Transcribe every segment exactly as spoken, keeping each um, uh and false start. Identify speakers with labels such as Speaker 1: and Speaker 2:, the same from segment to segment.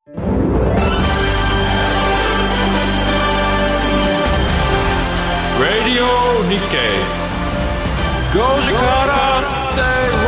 Speaker 1: Radio Nikkeiごじから正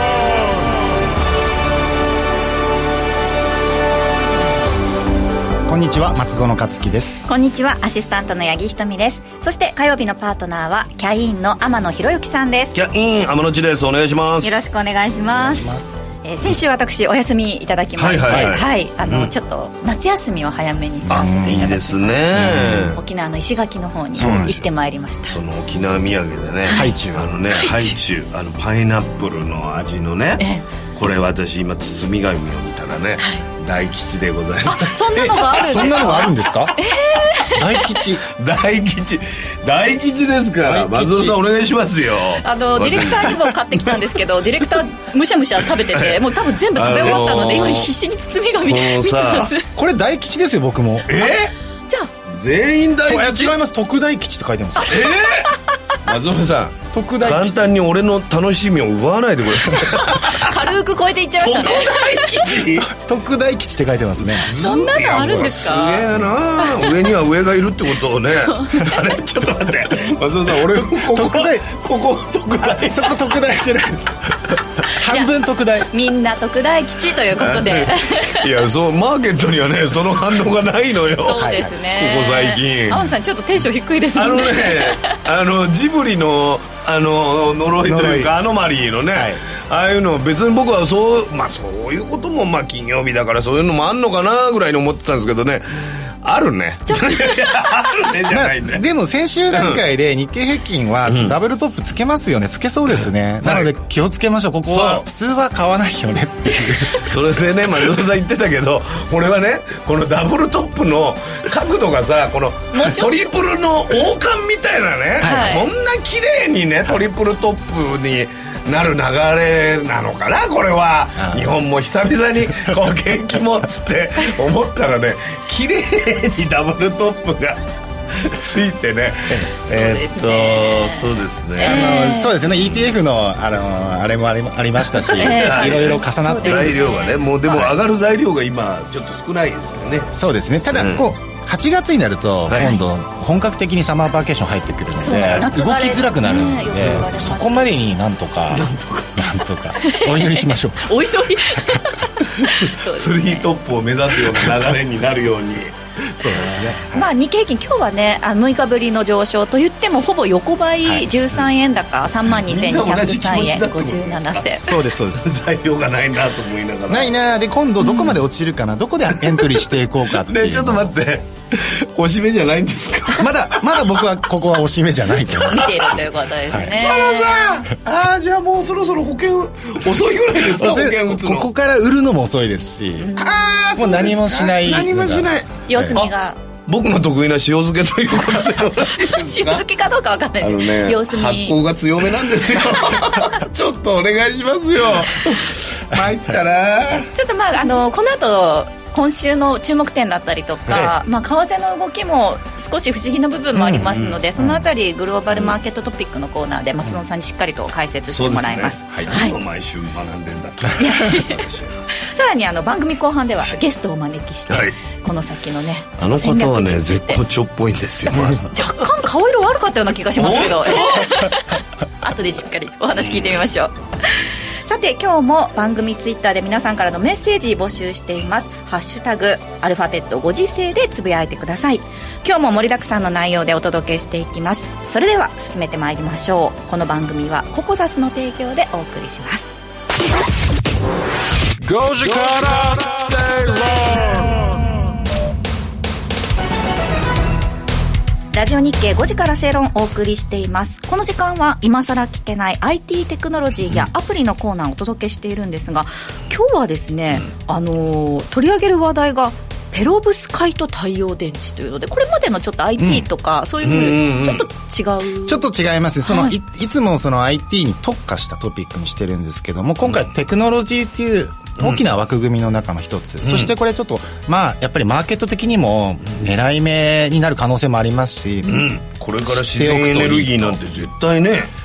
Speaker 1: 論。
Speaker 2: こんにちは、松園克樹です。
Speaker 3: こんにちは、アシスタントの八木ひとみです。そして火曜日のパートナーはキャインの天野博之さんです。
Speaker 4: キャイン天野千です。お願いします。
Speaker 3: よろしくお願いします。えー、先週私お休みいただきまして、はいはいはい、はい、あの、うん、ちょっと夏休みを早めに取らせていただきまして、いいですね、沖縄の石垣の方に行ってまいりました。
Speaker 4: その沖縄土産でね、
Speaker 2: ハイチュウ、
Speaker 4: あのね、ハイチュウ、あのパイナップルの味のね、えー、これ私今包み紙を見たらね、はい、大吉でございます。
Speaker 3: あ、そんなのがあるんですか。
Speaker 2: そんなのがあるんですか。えー、大吉
Speaker 4: 大吉大吉ですから松尾さんお願いしますよ。
Speaker 3: あのディレクターにも買ってきたんですけどディレクターむしゃむしゃ食べててもう多分全部食べ終わったので、あのー、今必死に包み紙見てます。
Speaker 2: これ大吉ですよ僕も。
Speaker 4: えー、
Speaker 3: じゃあ
Speaker 4: 全員大吉。
Speaker 2: 違います、特大吉って書いてます。
Speaker 4: えー、松尾さん
Speaker 2: 特大吉、
Speaker 4: 簡単に俺の楽しみを奪わないでください。
Speaker 3: 軽く超えていっちゃいましたね。
Speaker 2: 特大吉って書いてますね。
Speaker 3: そんなのあるんですか。
Speaker 4: すげえな。上には上がいるってことをね。あれちょっと待って松尾さん、俺ここ
Speaker 2: 特大、
Speaker 4: ここ特大、
Speaker 2: そこ特大じゃないです。半分特大、
Speaker 3: みんな特大吉ということで。
Speaker 4: いや、そうマーケットにはねその反応がないのよ。
Speaker 3: そうですね、
Speaker 4: ここ最近。
Speaker 3: アンさんちょっとテンション低いですもんね。
Speaker 4: あのねあのジブリのあの呪いというかアノマリーのね、はい、ああいうの別に僕はそう、まあ、そういうこともまあ金曜日だからそういうのもあんのかなぐらいに思ってたんですけどね、あるね。あるねじゃないね、まあ、
Speaker 2: でも先週段階で日経平均はダブルトップつけますよね、つけそうですね、うん、なので気をつけましょう。ここは普通は買わないよねっていう
Speaker 4: それでね、松尾さん言ってたけどこれはねこのダブルトップの角度がさこのトリプルの王冠みたいなね、はい、こんな綺麗にねトリプルトップになる流れなのかなこれは。日本も久々にこう景気もっつって思ったらね綺麗にダブルトップがついてねえー、っとそうですね、
Speaker 2: あのそうですね イーティーエフ の あのあれもあり、ありましたし、えー、いろいろ重なってるんです、ね、
Speaker 4: 材料がねもうでも上がる材料が今ちょっと少ないですよね。
Speaker 2: そうですね。ただこう、うんはちがつになると今度本格的にサマーバーケーション入ってくるので動きづらくなるので、ね、そこまでになんとかなんとかなんとかお祈りしましょう。
Speaker 3: お祈り
Speaker 4: スリートップを目指すような流れになるように
Speaker 2: そうですね、
Speaker 3: はい、まあ、日経平均今日はねあむいかぶりの上昇といってもほぼ横ばい、はい、じゅうさんえん高 さんまんにせんにひゃくさんえんごじゅうななせん。
Speaker 2: そうですそうです
Speaker 4: 材料がないなと思いながら
Speaker 2: ないな。で今度どこまで落ちるかな、うん、どこでエントリーしていこうかっていう
Speaker 4: ね、ちょっと待っておしめじゃないんですか。
Speaker 2: まだまだ僕はここはおしめじゃないと
Speaker 3: 見ているということですね。
Speaker 4: マラさん、あーじゃあもうそろそろ保険遅いぐらいですか。保険打つの
Speaker 2: ここから売るのも遅いですし、うん、あもう何もしない
Speaker 4: 何もしない
Speaker 3: 様子見が
Speaker 4: 僕の得意な塩漬けということで
Speaker 3: 塩漬けかどうか分かんないです、
Speaker 4: ね、
Speaker 3: 様子見
Speaker 4: 発酵が強めなんですよちょっとお願いしますよ参ったな。
Speaker 3: ちょっとまああのこの後今週の注目点だったりとか、はいまあ、為替の動きも少し不思議な部分もありますので、うんうん、そのあたりグローバルマーケットトピックのコーナーで松野さんにしっかりと解説してもらいます。
Speaker 4: そうですね、はいはい、毎週学んでんだと
Speaker 3: さらにあの番組後半ではゲストをお招きして、はい、この先のね
Speaker 4: あの方はね絶好調っぽいんですよ
Speaker 3: 若干顔色悪かったような気がしますけど後でしっかりお話聞いてみましょう。さて今日も番組ツイッターで皆さんからのメッセージ募集しています。ハッシュタグアルファベットご時世でつぶやいてください。今日も盛りだくさんの内容でお届けしていきます。それでは進めてまいりましょう。この番組はココザスの提供でお送りします。
Speaker 1: ごじから正論。
Speaker 3: ラジオ日経ごじから正論をお送りしています。この時間は今さら聞けない アイティー テクノロジーやアプリのコーナーをお届けしているんですが、今日はですね、あのー、取り上げる話題がペロブスカイト太陽電池というので、これまでのちょっと アイティー とか、うん、そういうのとちょっと違う、
Speaker 2: ちょっと違います。その、はい、い, いつもその アイティー に特化したトピックにしてるんですけども、今回テクノロジーっていう大きな枠組みの中の一つ、うん、そしてこれちょっとまあやっぱりマーケット的にも狙い目になる可能性もありますし、
Speaker 4: うん、これから自然エネルギーなんて絶対ね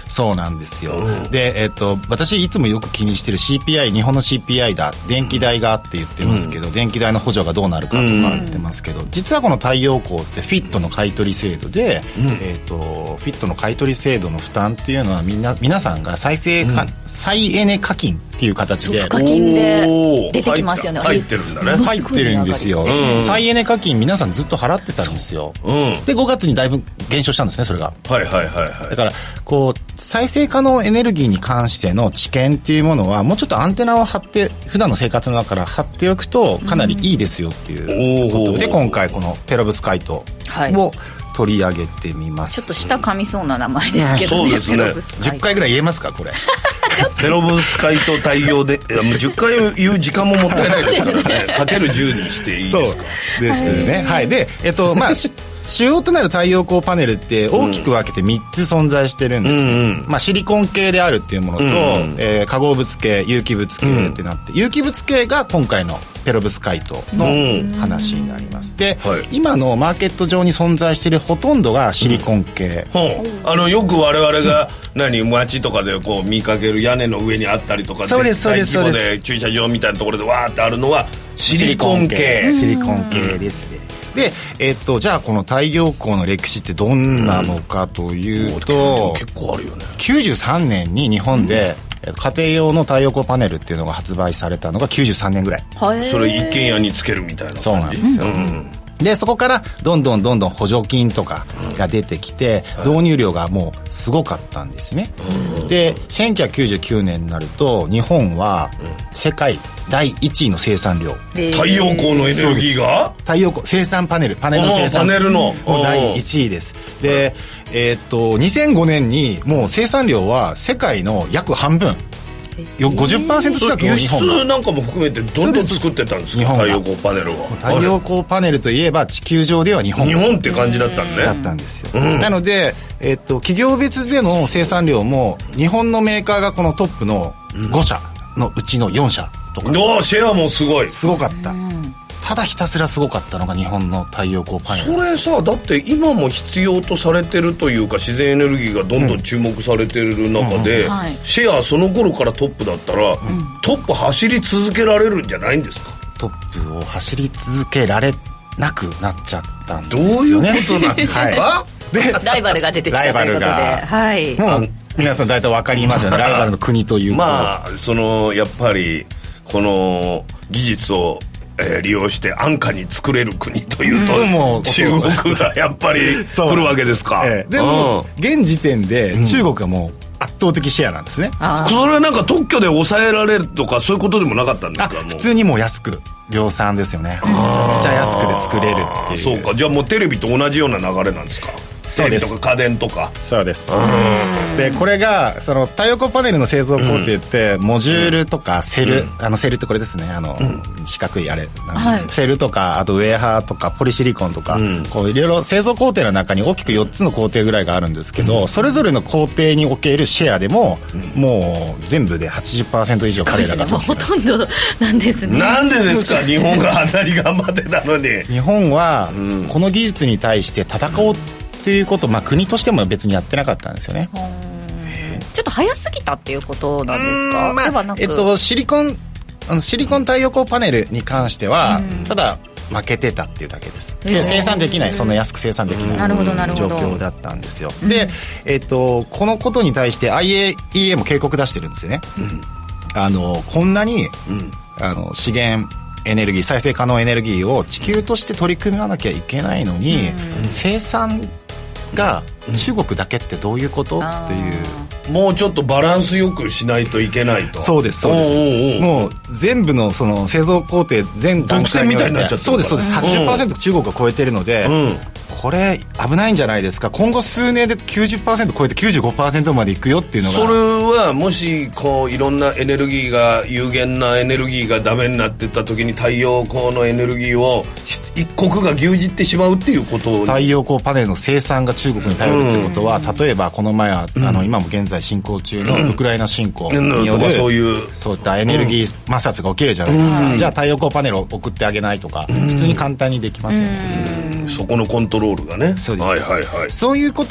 Speaker 2: そうなんですよ、うん、で、えー、と私いつもよく気にしてる シーピーアイ、 日本の シーピーアイ だ、電気代がって言ってますけど、うん、電気代の補助がどうなるかとか言ってますけど、うん、実はこの太陽光ってフィットの買い取り制度で、うん、えー、とフィットの買い取り制度の負担っていうのはみんな皆さんが再生か、うん、再エネ課金っていう形で
Speaker 3: 課金で出てきますよね。
Speaker 4: 入ってるんだね。
Speaker 2: 入ってるんですよ、うん、再エネ課金皆さんずっと払ってたんですよ、うん、でごがつにだいぶ減少したんですね、それが。
Speaker 4: はいはいはいはい。
Speaker 2: だからこう再生可能エネルギーに関しての知見っていうものはもうちょっとアンテナを張って普段の生活の中から張っておくとかなりいいですよっていうことで、うん、今回このペロブスカイトを取り上げてみます。
Speaker 3: ちょっと舌噛みそうな名前ですけどね、うん、そうですね。
Speaker 2: じゅっかいぐらい言えますかこれ
Speaker 4: ペロブスカイト対応でもうじゅっかい言う時間ももったいないですからねかけるじゅうにしていいですか。
Speaker 2: そうですね、はい。で、えっとまあ主要となる太陽光パネルって大きく分けてみっつ存在してるんですね、うんうん、まあ、シリコン系であるっていうものと、うんうん、えー、化合物系、有機物系ってなって、うん、有機物系が今回のペロブスカイトの話になります、うん、で、はい、今のマーケット上に存在しているほとんどがシリコン系、
Speaker 4: うん、あのよく我々が何街とかでこう見かける屋根の上にあったりとか、
Speaker 2: そうですそうですそうです、
Speaker 4: 大規模で駐車場みたいなところでわーってあるのはシリコン系、
Speaker 2: シリコン系ですね。で、えー、とじゃあこの太陽光の歴史ってどんなのかというと、
Speaker 4: うん、結構あるよね。
Speaker 2: きゅうじゅうさんねんに日本で、うん、家庭用の太陽光パネルっていうのが発売されたのがきゅうじゅうさんねんぐらい。
Speaker 4: それ一軒家につけるみたいな感じ。
Speaker 2: そうなんですよ、うん、でそこからどんどんどんどん補助金とかが出てきて、うん、導入量がもうすごかったんですね、うん、でせんきゅうひゃくきゅうじゅうきゅうねんになると日本は世界だいいちいの生産量、
Speaker 4: 太陽光のエネルギーが
Speaker 2: 太陽光生産パネルパネルの生産
Speaker 4: パネルの
Speaker 2: だいいちいです。で、えー、っとにせんごねんにもう生産量は世界の約半分、ごじゅっパーセント 近くを日本が
Speaker 4: 輸出なんかも含めてどんどん作ってたんですか。太陽光パネルは
Speaker 2: 太陽光パネルといえば地球上では日本
Speaker 4: 日本って感じだったんね
Speaker 2: だったんですよ、うん、なので、えー、っと企業別での生産量も日本のメーカーがこのトップのごしゃのうちのよんしゃとか、
Speaker 4: うん、シェアもすごい
Speaker 2: すごかった、うん、ただひたすらすごかったのが日本の太陽光パネル。
Speaker 4: それさ、だって今も必要とされてるというか自然エネルギーがどんどん注目されてる中で、うんうん、シェアその頃からトップだったら、うん、トップ走り続けられるんじゃないんですか。
Speaker 2: トップを走り続けられなくなっちゃったんですよね。
Speaker 4: どういうことなんですか、は
Speaker 3: い、でライバルが出てきたということで、はい、
Speaker 2: もう皆さん大体分かりますよねライバルの国というと
Speaker 4: まあそのやっぱりこの技術をえー、利用して安価に作れる国というと、うん、もう中国がやっぱり来るわけですか。
Speaker 2: えー、でも、うん、現時点で中国はもう圧倒的シェアなんですね、
Speaker 4: うん、それはなんか特許で抑えられるとかそういうことでもなかったんですか。もう
Speaker 2: 普通にもう安く量産ですよね。めちゃめちゃ安くで作れるっていう。
Speaker 4: そうか、じゃあもうテレビと同じような流れなんですか。テレビとか家電とか。
Speaker 2: そうです。でこれがその太陽光パネルの製造工程って、うん、モジュールとかセル、うん、あのセルってこれですね、あの、うん、四角いあれ、はい、セルとかあとウェアハーとかポリシリコンとか、うん、こういろいろ製造工程の中に大きくよっつの工程ぐらいがあるんですけど、うん、それぞれの工程におけるシェアでも、うん、もう全部で はちじゅっパーセント 以上彼らが取ってます。
Speaker 3: ほとんどなんですね。
Speaker 4: なんでですか日本があんなに頑張ってたのに。
Speaker 2: 日本はこの技術に対して戦おうっていうことを、まあ、国としても別にやってなかったんですよね。
Speaker 3: ちょっと早すぎたっていうことなんですか。
Speaker 2: まあ、
Speaker 3: ではなく、
Speaker 2: えっと、シリコンあのシリコン太陽光パネルに関してはただ負けてたっていうだけです。で生産できない、そんな安く生産できない状況だったんですよ。で、えっと、このことに対して アイエーイーエー も警告出してるんですよね、うん、あのこんなに、うん、あの資源エネルギー再生可能エネルギーを地球として取り組まなきゃいけないのに、うん、生産が中国だけってどういうこと、うん、っていう
Speaker 4: もうちょっとバランスよくしないといけないと。
Speaker 2: そうですそうです。おうおうおう、もう全部のその製造工程全段階において独占みたいになっちゃってる。そうですそうです、うん、はちじゅっパーセント 中国が超えてるので、うん、これ危ないんじゃないですか。今後数年で きゅうじゅっパーセント 超えて きゅうじゅうごパーセント までいくよっていうのが。
Speaker 4: それはもしこういろんなエネルギーが有限なエネルギーがダメになっていった時に太陽光のエネルギーを一国が牛耳ってしまうっていうことを。
Speaker 2: 太陽光パネルの生産が中国に頼るっていうことは、うん、例えばこの前は、うん、あの今も現在進行中のウクライナ侵攻による、うん、そういうそういったエネルギー摩擦が起きるじゃないですか、うん、じゃあ太陽光パネルを送ってあげないとか、うん、普通に簡単にできますよね、
Speaker 4: うん、そこのコントロールがね。
Speaker 2: そうです、
Speaker 4: はいはいはい、
Speaker 2: そういうこともあって 、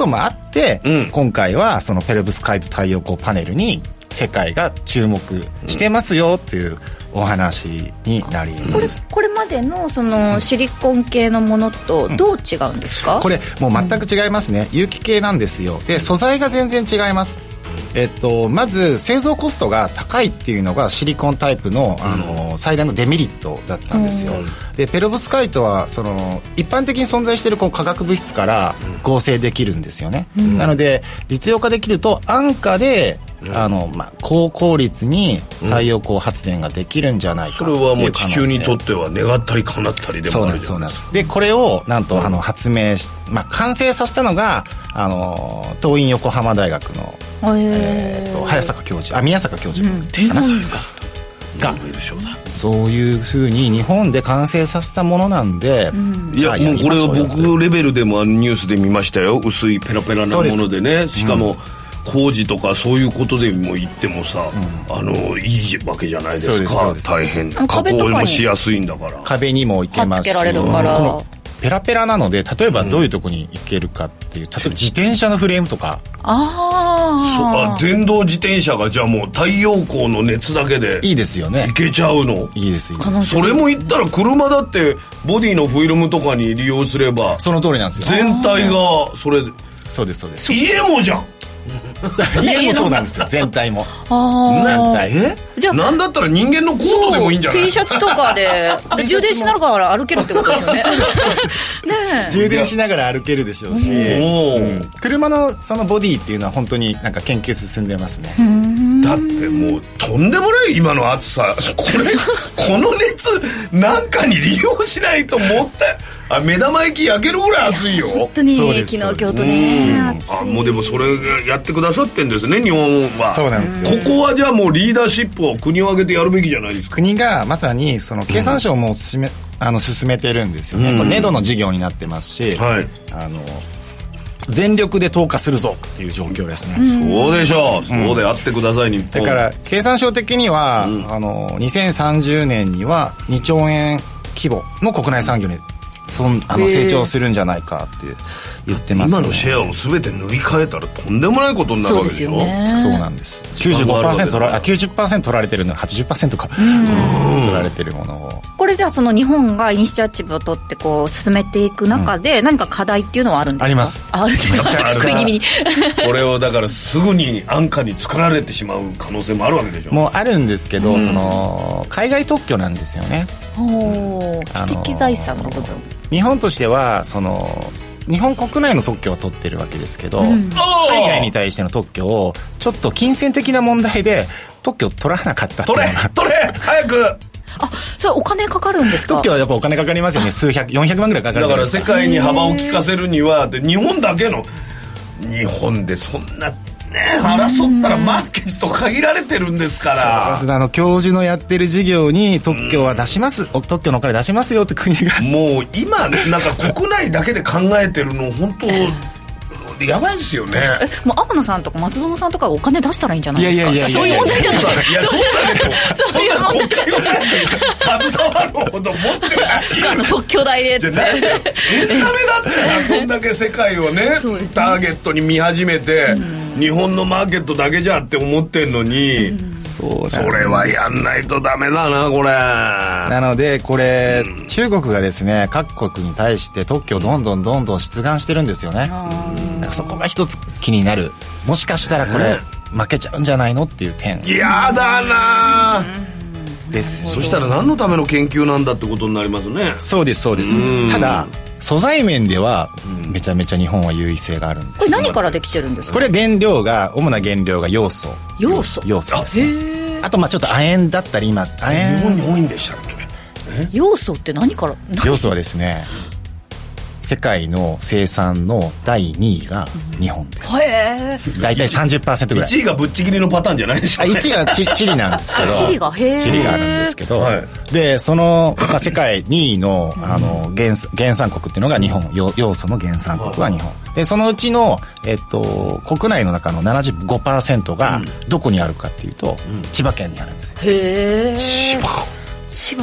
Speaker 2: うん、今回はそのペロブスカイト太陽光パネルに世界が注目してますよっていうお話になります。
Speaker 3: これ、これまでのそのシリコン系のものとどう違うんですか？
Speaker 2: うん、これもう全く違いますね。有機系なんですよ。で素材が全然違います。えっと、まず製造コストが高いっていうのがシリコンタイプ の, あの最大のデメリットだったんですよ。でペロブスカイトはその一般的に存在しているこう化学物質から合成できるんですよね。なので実用化できると安価であの、まあ、高効率に太陽光発電ができるんじゃないかっていう可能性。
Speaker 4: それはもう地球にとっては願ったり叶ったりでもあるじゃないですか。
Speaker 2: でこれをなんと、うん、あの発明し、まあ、完成させたのがあの東院横浜大学の、えー、と早坂教授あ宮坂教授、うん、
Speaker 4: 天才
Speaker 2: がそういうふうに日本で完成させたものなんで、うん、
Speaker 4: いやもうこれは僕レベルでもニュースで見ましたよ。薄いペラペラなものでね。しかも、うん工事とかそういうことでも言ってもさ、うん、あのいいわけじゃないですか。大変加工もしやすいんだから
Speaker 2: 壁にもいけますし、
Speaker 3: つけられるから、
Speaker 2: このペラペラなので例えばどういうとこに行けるかっていう、例えば自転車のフレームとか、
Speaker 3: あ
Speaker 4: あ電動自転車がじゃあもう太陽光の熱だけで
Speaker 2: いいですよね。
Speaker 4: いけちゃうの。
Speaker 2: いいですいいです。
Speaker 4: それも言ったら車だってボディのフィルムとかに利用すれば
Speaker 2: その通りなんですよ。
Speaker 4: 全体がそれで
Speaker 2: そうですそうです。
Speaker 4: 家もじゃん
Speaker 2: 家もそうなんですよ。全体も
Speaker 3: あ
Speaker 2: 全体
Speaker 4: えじゃあなんだったら人間のコートでもいいんじゃない？
Speaker 3: T シャツとかで充電しながら歩けるってことですよね。
Speaker 2: ね充電しながら歩けるでしょうし、うん、車のそのボディっていうのは本当になんか研究進んでますね。
Speaker 4: だってもうとんでもない今の暑さこれこの熱なんかに利用しないともったいあ目玉焼き焼けるぐらい暑いよ。
Speaker 3: 本当に昨日京都ね
Speaker 4: あもうでもそれやってくださってんですね日本は。
Speaker 2: そうなんですよ。
Speaker 4: ここはじゃあもうリーダーシップを国を挙げてやるべきじゃないですか。
Speaker 2: 国がまさにその経産省も進め、うん、あの進めてるんですよね。うん、これネドの事業になってますし、はい、あの全力で投下するぞっていう状況ですね。
Speaker 4: うん、そうでしょう、うん、そうであってください日本。
Speaker 2: だから経産省的には、うん、あのにせんさんじゅうねんにはにちょうえん規模の国内産業にそんあの成長するんじゃないかって言ってます、ね、
Speaker 4: 今のシェアを全て塗り替えたらとんでもないことになるわけでしょ。
Speaker 3: そうですよね。
Speaker 2: そうなんです。 きゅうじゅうごパーセント 取らあ きゅうじゅっパーセント 取られてるのに はちじゅっパーセント か取られてるものを
Speaker 3: これじゃあその日本がイニシアチブを取ってこう進めていく中で何か課題っていうのはあるんですか？
Speaker 2: あります。
Speaker 3: あるんですか？食い気味に
Speaker 4: これをだからすぐに安価に作られてしまう可能性もあるわけでしょ。
Speaker 2: もうあるんですけど、うん、その海外特許なんですよね。
Speaker 3: お知的財産の部分。
Speaker 2: 日本としてはその日本国内の特許を取ってるわけですけど、うん、海外に対しての特許をちょっと金銭的な問題で特許を取らなかったっていうのが
Speaker 4: 取れ取れ早く
Speaker 3: あそれお金かかるんですか？
Speaker 2: 特許はやっぱお金かかりますよね。数百よんひゃくまんぐらいかかるじゃないですか。
Speaker 4: だから世界に幅を利かせるにはで日本だけの日本でそんなね、争ったらマーケット限られてるんですから。
Speaker 2: そうあの教授のやってる事業に特許は出します、うん、特許のお金出しますよって国が
Speaker 4: もう今なんか国内だけで考えてるの本当やばいですよね。
Speaker 3: えもう天野さんとか松園さんとかがお金出したらいいんじゃないですか？
Speaker 2: いやいやいや
Speaker 3: そういう問題じゃない。いや
Speaker 4: そうだけどそういう問題じゃない携わるほど持ってない
Speaker 3: あの特許代でって
Speaker 4: じゃエンタメだってさこんだけ世界を ね, ねターゲットに見始めて、うん、日本のマーケットだけじゃって思ってんのに、うん、そうそれはやんないとダメだなこれ。
Speaker 2: なのでこれ、うん、中国がですね各国に対して特許をどんどんどんどん出願してるんですよね。そこが一つ気になる。もしかしたらこれ負けちゃうんじゃないのっていう点。
Speaker 4: やだな
Speaker 2: です。
Speaker 4: そしたら何のための研究なんだってことになりますね。
Speaker 2: そうですそうです。ただ素材面ではめちゃめちゃ日本は優位性があるんです。
Speaker 3: これ何からできてるんですか？
Speaker 2: これ原料が主な原料がヨウ素。
Speaker 3: ヨウ素
Speaker 2: ヨウ素ですね。あとまあちょっと亜鉛だったりいます。亜鉛
Speaker 4: 日本に多いんでしたっけ？
Speaker 3: ヨウ素って何から？
Speaker 2: ヨウ素はですね世界の生産のだいにいが日本です。
Speaker 3: へ
Speaker 2: ー。だいたい さんじゅっパーセント ぐらい。
Speaker 4: いちいがぶっちぎりのパターンじゃないでしょうね。
Speaker 2: いちいがチリなんですけど。
Speaker 3: チリがへー。
Speaker 2: チリがあるんですけど、はい、でその、まあ、世界にいの、あの 原, 原産国っていうのが日本。要素の原産国は日本。でそのうちの、えっと、国内の中の ななじゅうごパーセント がどこにあるかっていうと、うん、千葉県にあるんですよ。
Speaker 3: へー。
Speaker 4: 千葉。
Speaker 3: 千葉。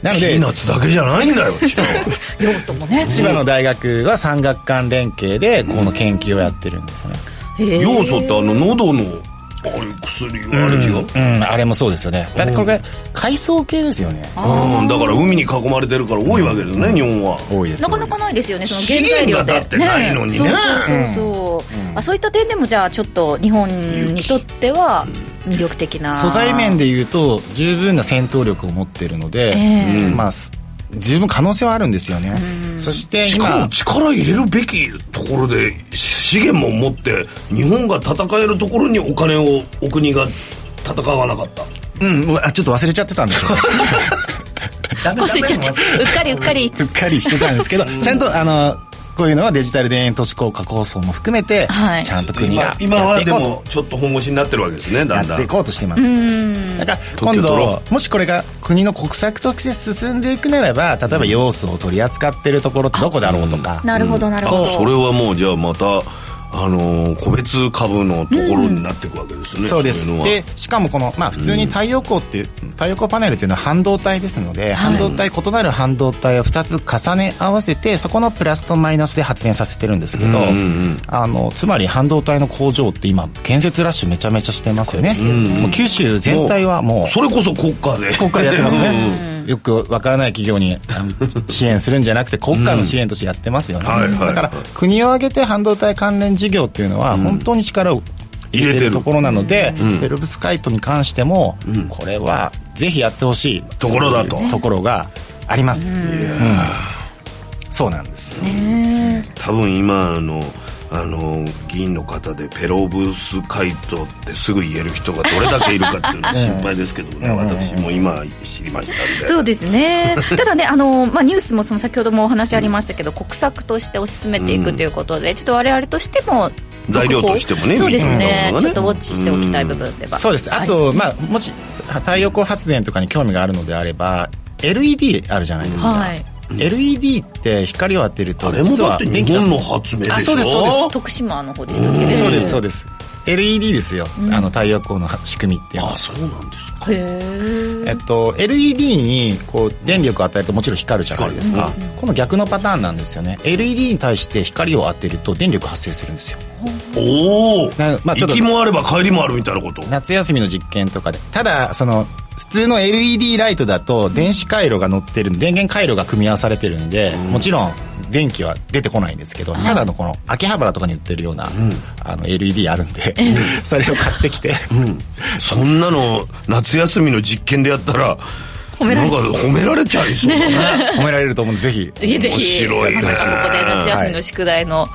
Speaker 2: なので
Speaker 4: ピーナッツだけじゃないんだよ
Speaker 3: 要素もね。
Speaker 2: 千葉の大学は産学官連携でこの研究をやってるんですね、
Speaker 3: うん、
Speaker 4: 要素ってあの喉のあれ薬はあれ違う、
Speaker 2: うんうん、あれもそうですよね。だってこれが海藻系ですよね。
Speaker 4: うん、だから海に囲まれてるから多いわけですね、うん、日本は
Speaker 2: 多いです。
Speaker 3: なかなかないですよね、その原材料で
Speaker 4: 資源がだってないのにね。
Speaker 3: そうそうそうそう、うん、あ、そういった点でもじゃあちょっと日本にとっては魅力的な
Speaker 2: 素材面でいうと十分な戦闘力を持っているので、えーうん、まあ十分可能性はあるんですよね、うん、そして今
Speaker 4: しかも力入れるべきところで資源も持って日本が戦えるところにお金をお国が戦わなかった。
Speaker 2: うん、あ、ちょっと忘れちゃってたんですよ
Speaker 3: 忘れちゃってうっかりうっかり
Speaker 2: うっかりしてたんですけどちゃんとあのこういうのはデジタル田園都市効果構想も含めて、はい、ちゃんと国が
Speaker 4: 今はでもちょっと本腰になってるわけですね。だんだん
Speaker 2: やっていこうとしてます。だから今度もしこれが国の国策として進んでいくならば、例えば要素を取り扱ってるところってどこだろうとか、
Speaker 3: うん、なるほどなるほど。
Speaker 4: それはもうじゃあまたあのー、個別株のところになっていくわけですね、うん、
Speaker 2: そうです。でしかもこの、まあ、普通に太陽光っていう、うん、太陽光パネルっていうのは半導体ですので、はい、半導体異なる半導体をふたつ重ね合わせてそこのプラスとマイナスで発電させてるんですけど、うんうんうん、あのつまり半導体の工場って今建設ラッシュめちゃめちゃしてますよね、うんうん、もう九州全体はもう
Speaker 4: それこそ国家で
Speaker 2: 国家でやってますね、うん、よくわからない企業に支援するんじゃなくて国家の支援としてやってますよね、うんはいはいはい、だから国を挙げて半導体関連事業っていうのは本当に力を入れてるところなので、うん、ペロブスカイトに関しても、うん、これはぜひやってほしい
Speaker 4: ところだと
Speaker 2: ところがあります、うんうん、そうなんですよ、ね、
Speaker 4: 多分今のあの議員の方でペロブスカイトってすぐ言える人がどれだけいるかっていうのは心配ですけどね、うん、私も今知りましたんで。
Speaker 3: そうですねただねあの、まあ、ニュースもその先ほどもお話ありましたけど、うん、国策として推し進めていくということで、うん、ちょっと我々としても
Speaker 4: 材料としてもね
Speaker 3: そうですね、ねちょっとウォッチしておきたい部分では、うん、
Speaker 2: そうです。あと、まあ、もし太陽光発電とかに興味があるのであれば エルイーディー あるじゃないですか、はい、エルイーディー って光を当てると
Speaker 4: 実は電気が日本の発明でしょ。あ、
Speaker 2: そうですそうです。
Speaker 3: 徳島の方でしたっけ、
Speaker 2: うん、そうですそうです。 エルイーディー ですよ、うん、あの太陽光の仕組みっていうのは。
Speaker 4: あ、そうなんですか。
Speaker 3: へー。
Speaker 2: えっと エルイーディー にこう電力を与えるともちろん光るじゃないですか、うん、この逆のパターンなんですよね。 エルイーディー に対して光を当てると電力発生するんですよ。
Speaker 4: おお、まあ、行きもあれば帰りもあるみたいなこと。
Speaker 2: 夏休みの実験とかで。ただその普通の エルイーディー ライトだと電子回路が載ってる電源回路が組み合わされてるんで、うん、もちろん電気は出てこないんですけど、うん、ただのこの秋葉原とかに売ってるような、うん、あの エルイーディー あるんで、うん、それを買ってきて、
Speaker 4: うん、そんなの夏休みの実験でやったら
Speaker 3: 褒められ
Speaker 4: なんか褒められちゃいそうだね。
Speaker 2: 褒められると思うんでぜひ
Speaker 3: ぜひ面
Speaker 4: 白いね。
Speaker 3: まさかここで夏休みの宿題の、はい、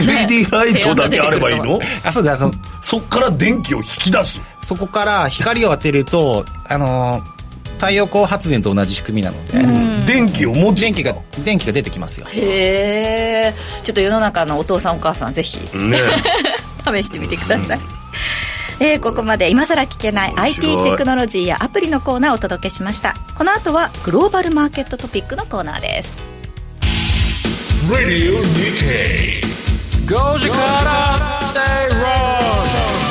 Speaker 4: エルイーディー ライトだけあればいいの？
Speaker 2: あ、そうだ。そ,
Speaker 4: そっから電気を引き出す。
Speaker 2: そこから光を当てるとあのー太陽光発電と同じ仕組みなので、うん、
Speaker 4: 電気を持つ
Speaker 2: 電気が電気が出てきますよ。
Speaker 3: へえ。ちょっと世の中のお父さんお母さんぜひ、ね、試してみてください、うんえー、ここまで今さら聞けない アイティー テクノロジーやアプリのコーナーをお届けしました。この後はグローバルマーケットトピックのコーナーです。
Speaker 1: Radio Nikkei ごじから Stay Wrong。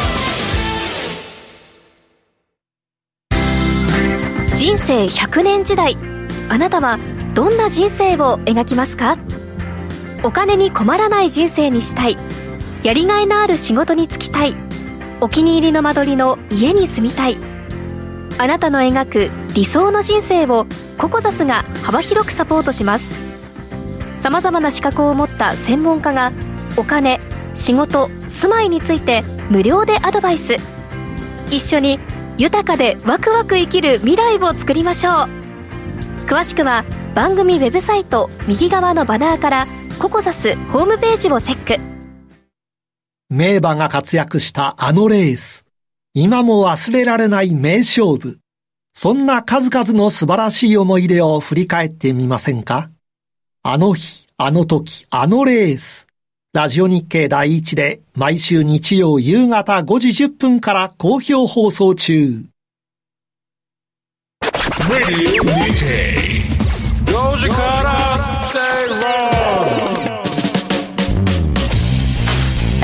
Speaker 5: 人生ひゃくねん時代、あなたはどんな人生を描きますか？お金に困らない人生にしたい、やりがいのある仕事に就きたい、お気に入りの間取りの家に住みたい。あなたの描く理想の人生をココザスが幅広くサポートします。さまざまな資格を持った専門家がお金、仕事、住まいについて無料でアドバイス。一緒に豊かでワクワク生きる未来を作りましょう。詳しくは番組ウェブサイト右側のバナーからココザスホームページをチェック。
Speaker 6: 名馬が活躍したあのレース、今も忘れられない名勝負。そんな数々の素晴らしい思い出を振り返ってみませんか？あの日、あの時、あのレース。ラジオ日経第一で毎週日曜夕方ごじじゅっぷんから好評放送中。
Speaker 1: Radio Nikkei ごじから Stay Wrong。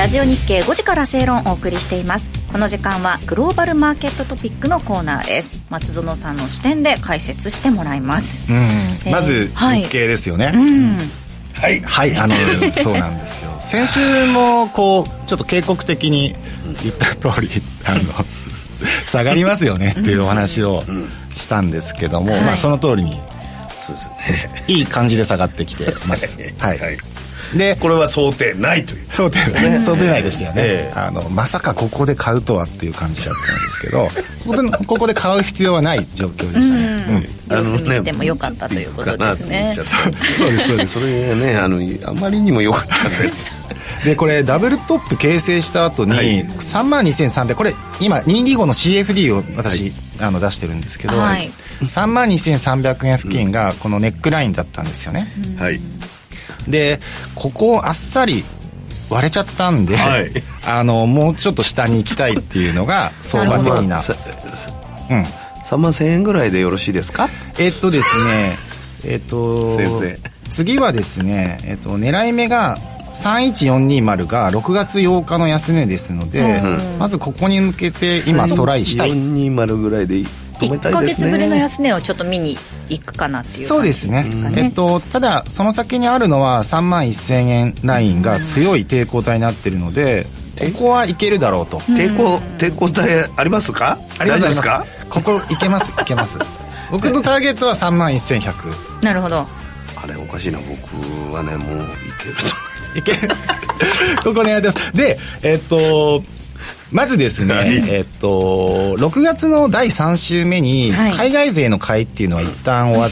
Speaker 3: ラジオ日経ごじから正論をお送りしています。この時間はグローバルマーケットトピックのコーナーです。松園さんの視点で解説してもらいます。
Speaker 2: うん、
Speaker 3: えー、
Speaker 2: まず日経ですよね。
Speaker 3: はい、うん
Speaker 4: はい、
Speaker 2: はい、あのそうなんですよ。先週もこうちょっと警告的に言った通りあの下がりますよねっていうお話をしたんですけども、うん、まあ、その通りにそうですね、いい感じで下がってきてます。はい、はい、
Speaker 4: でこれは想定内という
Speaker 2: 想定内、想定内でしたよね、えー、あのまさかここで買うとはっていう感じだったんですけどここで、ここで買う必要はない状況でしたね。
Speaker 3: うん、様子見しても良かったということですね。
Speaker 2: そうですそうです。
Speaker 4: それがね、あのあまりにも良かったんで
Speaker 2: でこれダブルトップ形成した後にさんまんにせんさんびゃく、これ今にひゃくにじゅうごの シーエフディー を私、はい、あの出してるんですけど、はい、さんまんにせんさんびゃくえん付近がこのネックラインだったんですよね、うん、はい。でここをあっさり割れちゃったんで、はい、あのもうちょっと下に行きたいっていうのが相場的な、うん、
Speaker 4: さんまんせんえんぐらいでよろしいですか。
Speaker 2: えっとですねえっと
Speaker 4: 先生
Speaker 2: 次はですね、えっと、狙い目がさんいちよんにまるがろくがつようかの安値ですので、うん、まずここに向けて今トライしたい。
Speaker 4: よんにまるぐらいで止めたいですね。
Speaker 3: いっかげつぶりの安値をちょっと見に行くかなっていう
Speaker 2: そうですね、えっと、ただその先にあるのはさんまんせんえんラインが強い抵抗体になっているので、うん、ここはいけるだろうと。
Speaker 4: 抵抗、抵抗体ありますか。
Speaker 2: ありますですか。ここいけますいけます僕のターゲットはさんまんせんひゃく。
Speaker 3: なるほど。
Speaker 4: あれおかしいな、僕はねもういけると
Speaker 2: いけここ狙ってます。でえっとまずですね、えっとろくがつのだいさん週目に海外勢の買いっていうのは一旦終わって、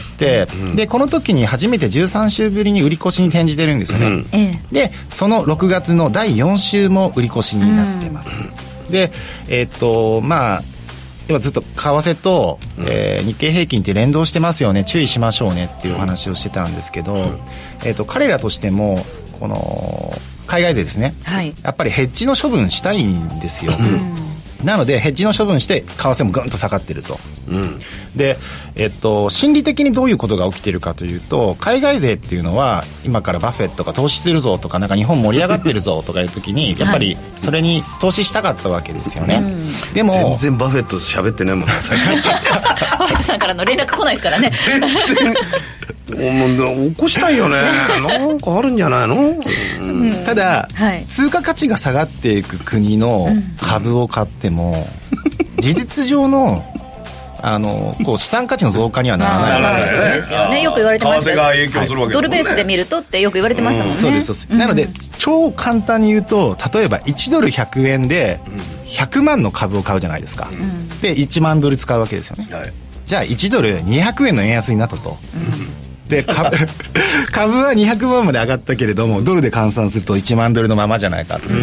Speaker 2: うん、でこの時に初めてじゅうさん週ぶりに売り越しに転じてるんですよね、うん、でそのろくがつのだいよん週も売り越しになってます、うん、でえっとまあではずっと為替と、うんえー、日経平均って連動してますよね、注意しましょうねっていうお話をしてたんですけど、うんえー、と彼らとしてもこの海外勢ですね、はい、やっぱりヘッジの処分したいんですよ、うん、なのでヘッジの処分して為替もぐんと下がってると、うん、で、えっと、心理的にどういうことが起きてるかというと、海外勢っていうのは今からバフェットが投資するぞとか、なんか日本盛り上がってるぞとかいう時にやっぱりそれに投資したかったわけですよね、うん、でも
Speaker 4: 全然バフェット喋ってないもんね最近
Speaker 3: バフェットさんからの連絡来ないですからね
Speaker 4: 全然起こしたいよねなんかあるんじゃないの、うん、
Speaker 2: ただ、はい、通貨価値が下がっていく国の株を買っても、うん、事実上のあのこう資産価値の増加にはならないわけですよね。
Speaker 3: そうですよね、よく言われてました。
Speaker 4: 為替が影響するわけですもんね、
Speaker 3: ドルベースで見るとってよく言われてましたもんね、うん、
Speaker 2: そうですそうです、うん、なので超簡単に言うと、例えばいちドルひゃくえんでひゃくまんの株を買うじゃないですか、うん、でいちまんドル使うわけですよね、はい、じゃあいちドルにひゃくえんの円安になったと、うんで 株, 株はにひゃくまんまで上がったけれどもドルで換算するといちまんドルのままじゃないかと、うん、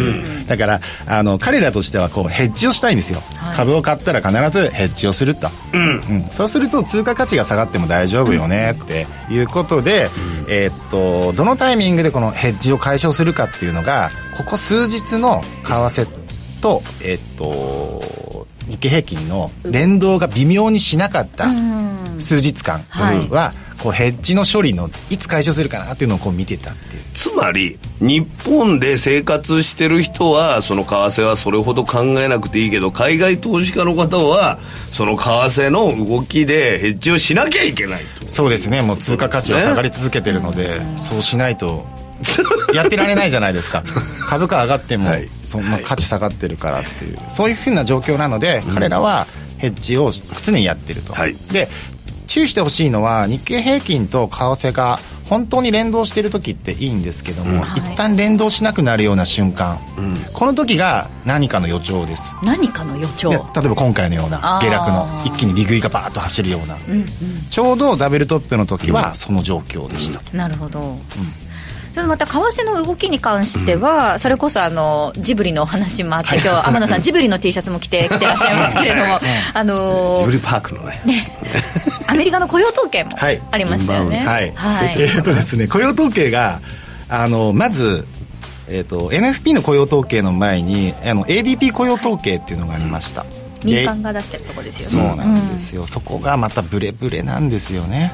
Speaker 2: だからあの彼らとしてはこうヘッジをしたいんですよ、はい、株を買ったら必ずヘッジをすると、うんうん、そうすると通貨価値が下がっても大丈夫よねっていうことで、うんえー、っとどのタイミングでこのヘッジを解消するかっていうのがここ数日の為替と、えー、っと日経平均の連動が微妙にしなかった数日間は、こうヘッジの処理のいつ解消するかなっていうのをこう見てたっていう。
Speaker 4: つまり日本で生活してる人はその為替はそれほど考えなくていいけど、海外投資家の方はその為替の動きでヘッジをしなきゃいけないと。
Speaker 2: そうですね、もう通貨価値は下がり続けてるので、ね、そうしないとやってられないじゃないですか株価上がってもそんな価値下がってるからっていう、はい、そういうふうな状況なので、うん、彼らはヘッジを常にやってると、はい、で注意してほしいのは日経平均と為替が本当に連動している時っていいんですけども、うん、一旦連動しなくなるような瞬間、うん、この時が何かの予兆です。
Speaker 3: 何かの予兆、
Speaker 2: 例えば今回のような下落の一気に利食いがバーッと走るような、うんうん、ちょうどダブルトップの時はその状況でした、
Speaker 3: うん、なるほど、うんそれまた為替の動きに関しては、うん、それこそあのジブリのお話もあって、今日天野さんジブリの T シャツも着てきてらっしゃいますけれどもあのー、
Speaker 4: ジブリパークの ね, ね
Speaker 3: アメリカの雇用統計もありましたよね、
Speaker 2: はいはいはい、えーとですね、雇用統計があのまず、えー、と エヌエフピー の雇用統計の前にあの エーディーピー 雇用統計っていうのがありました、はい、
Speaker 3: 民間が出してるところですよね。
Speaker 2: そうなんですよ、うん、そこがまたブレブレなんですよね。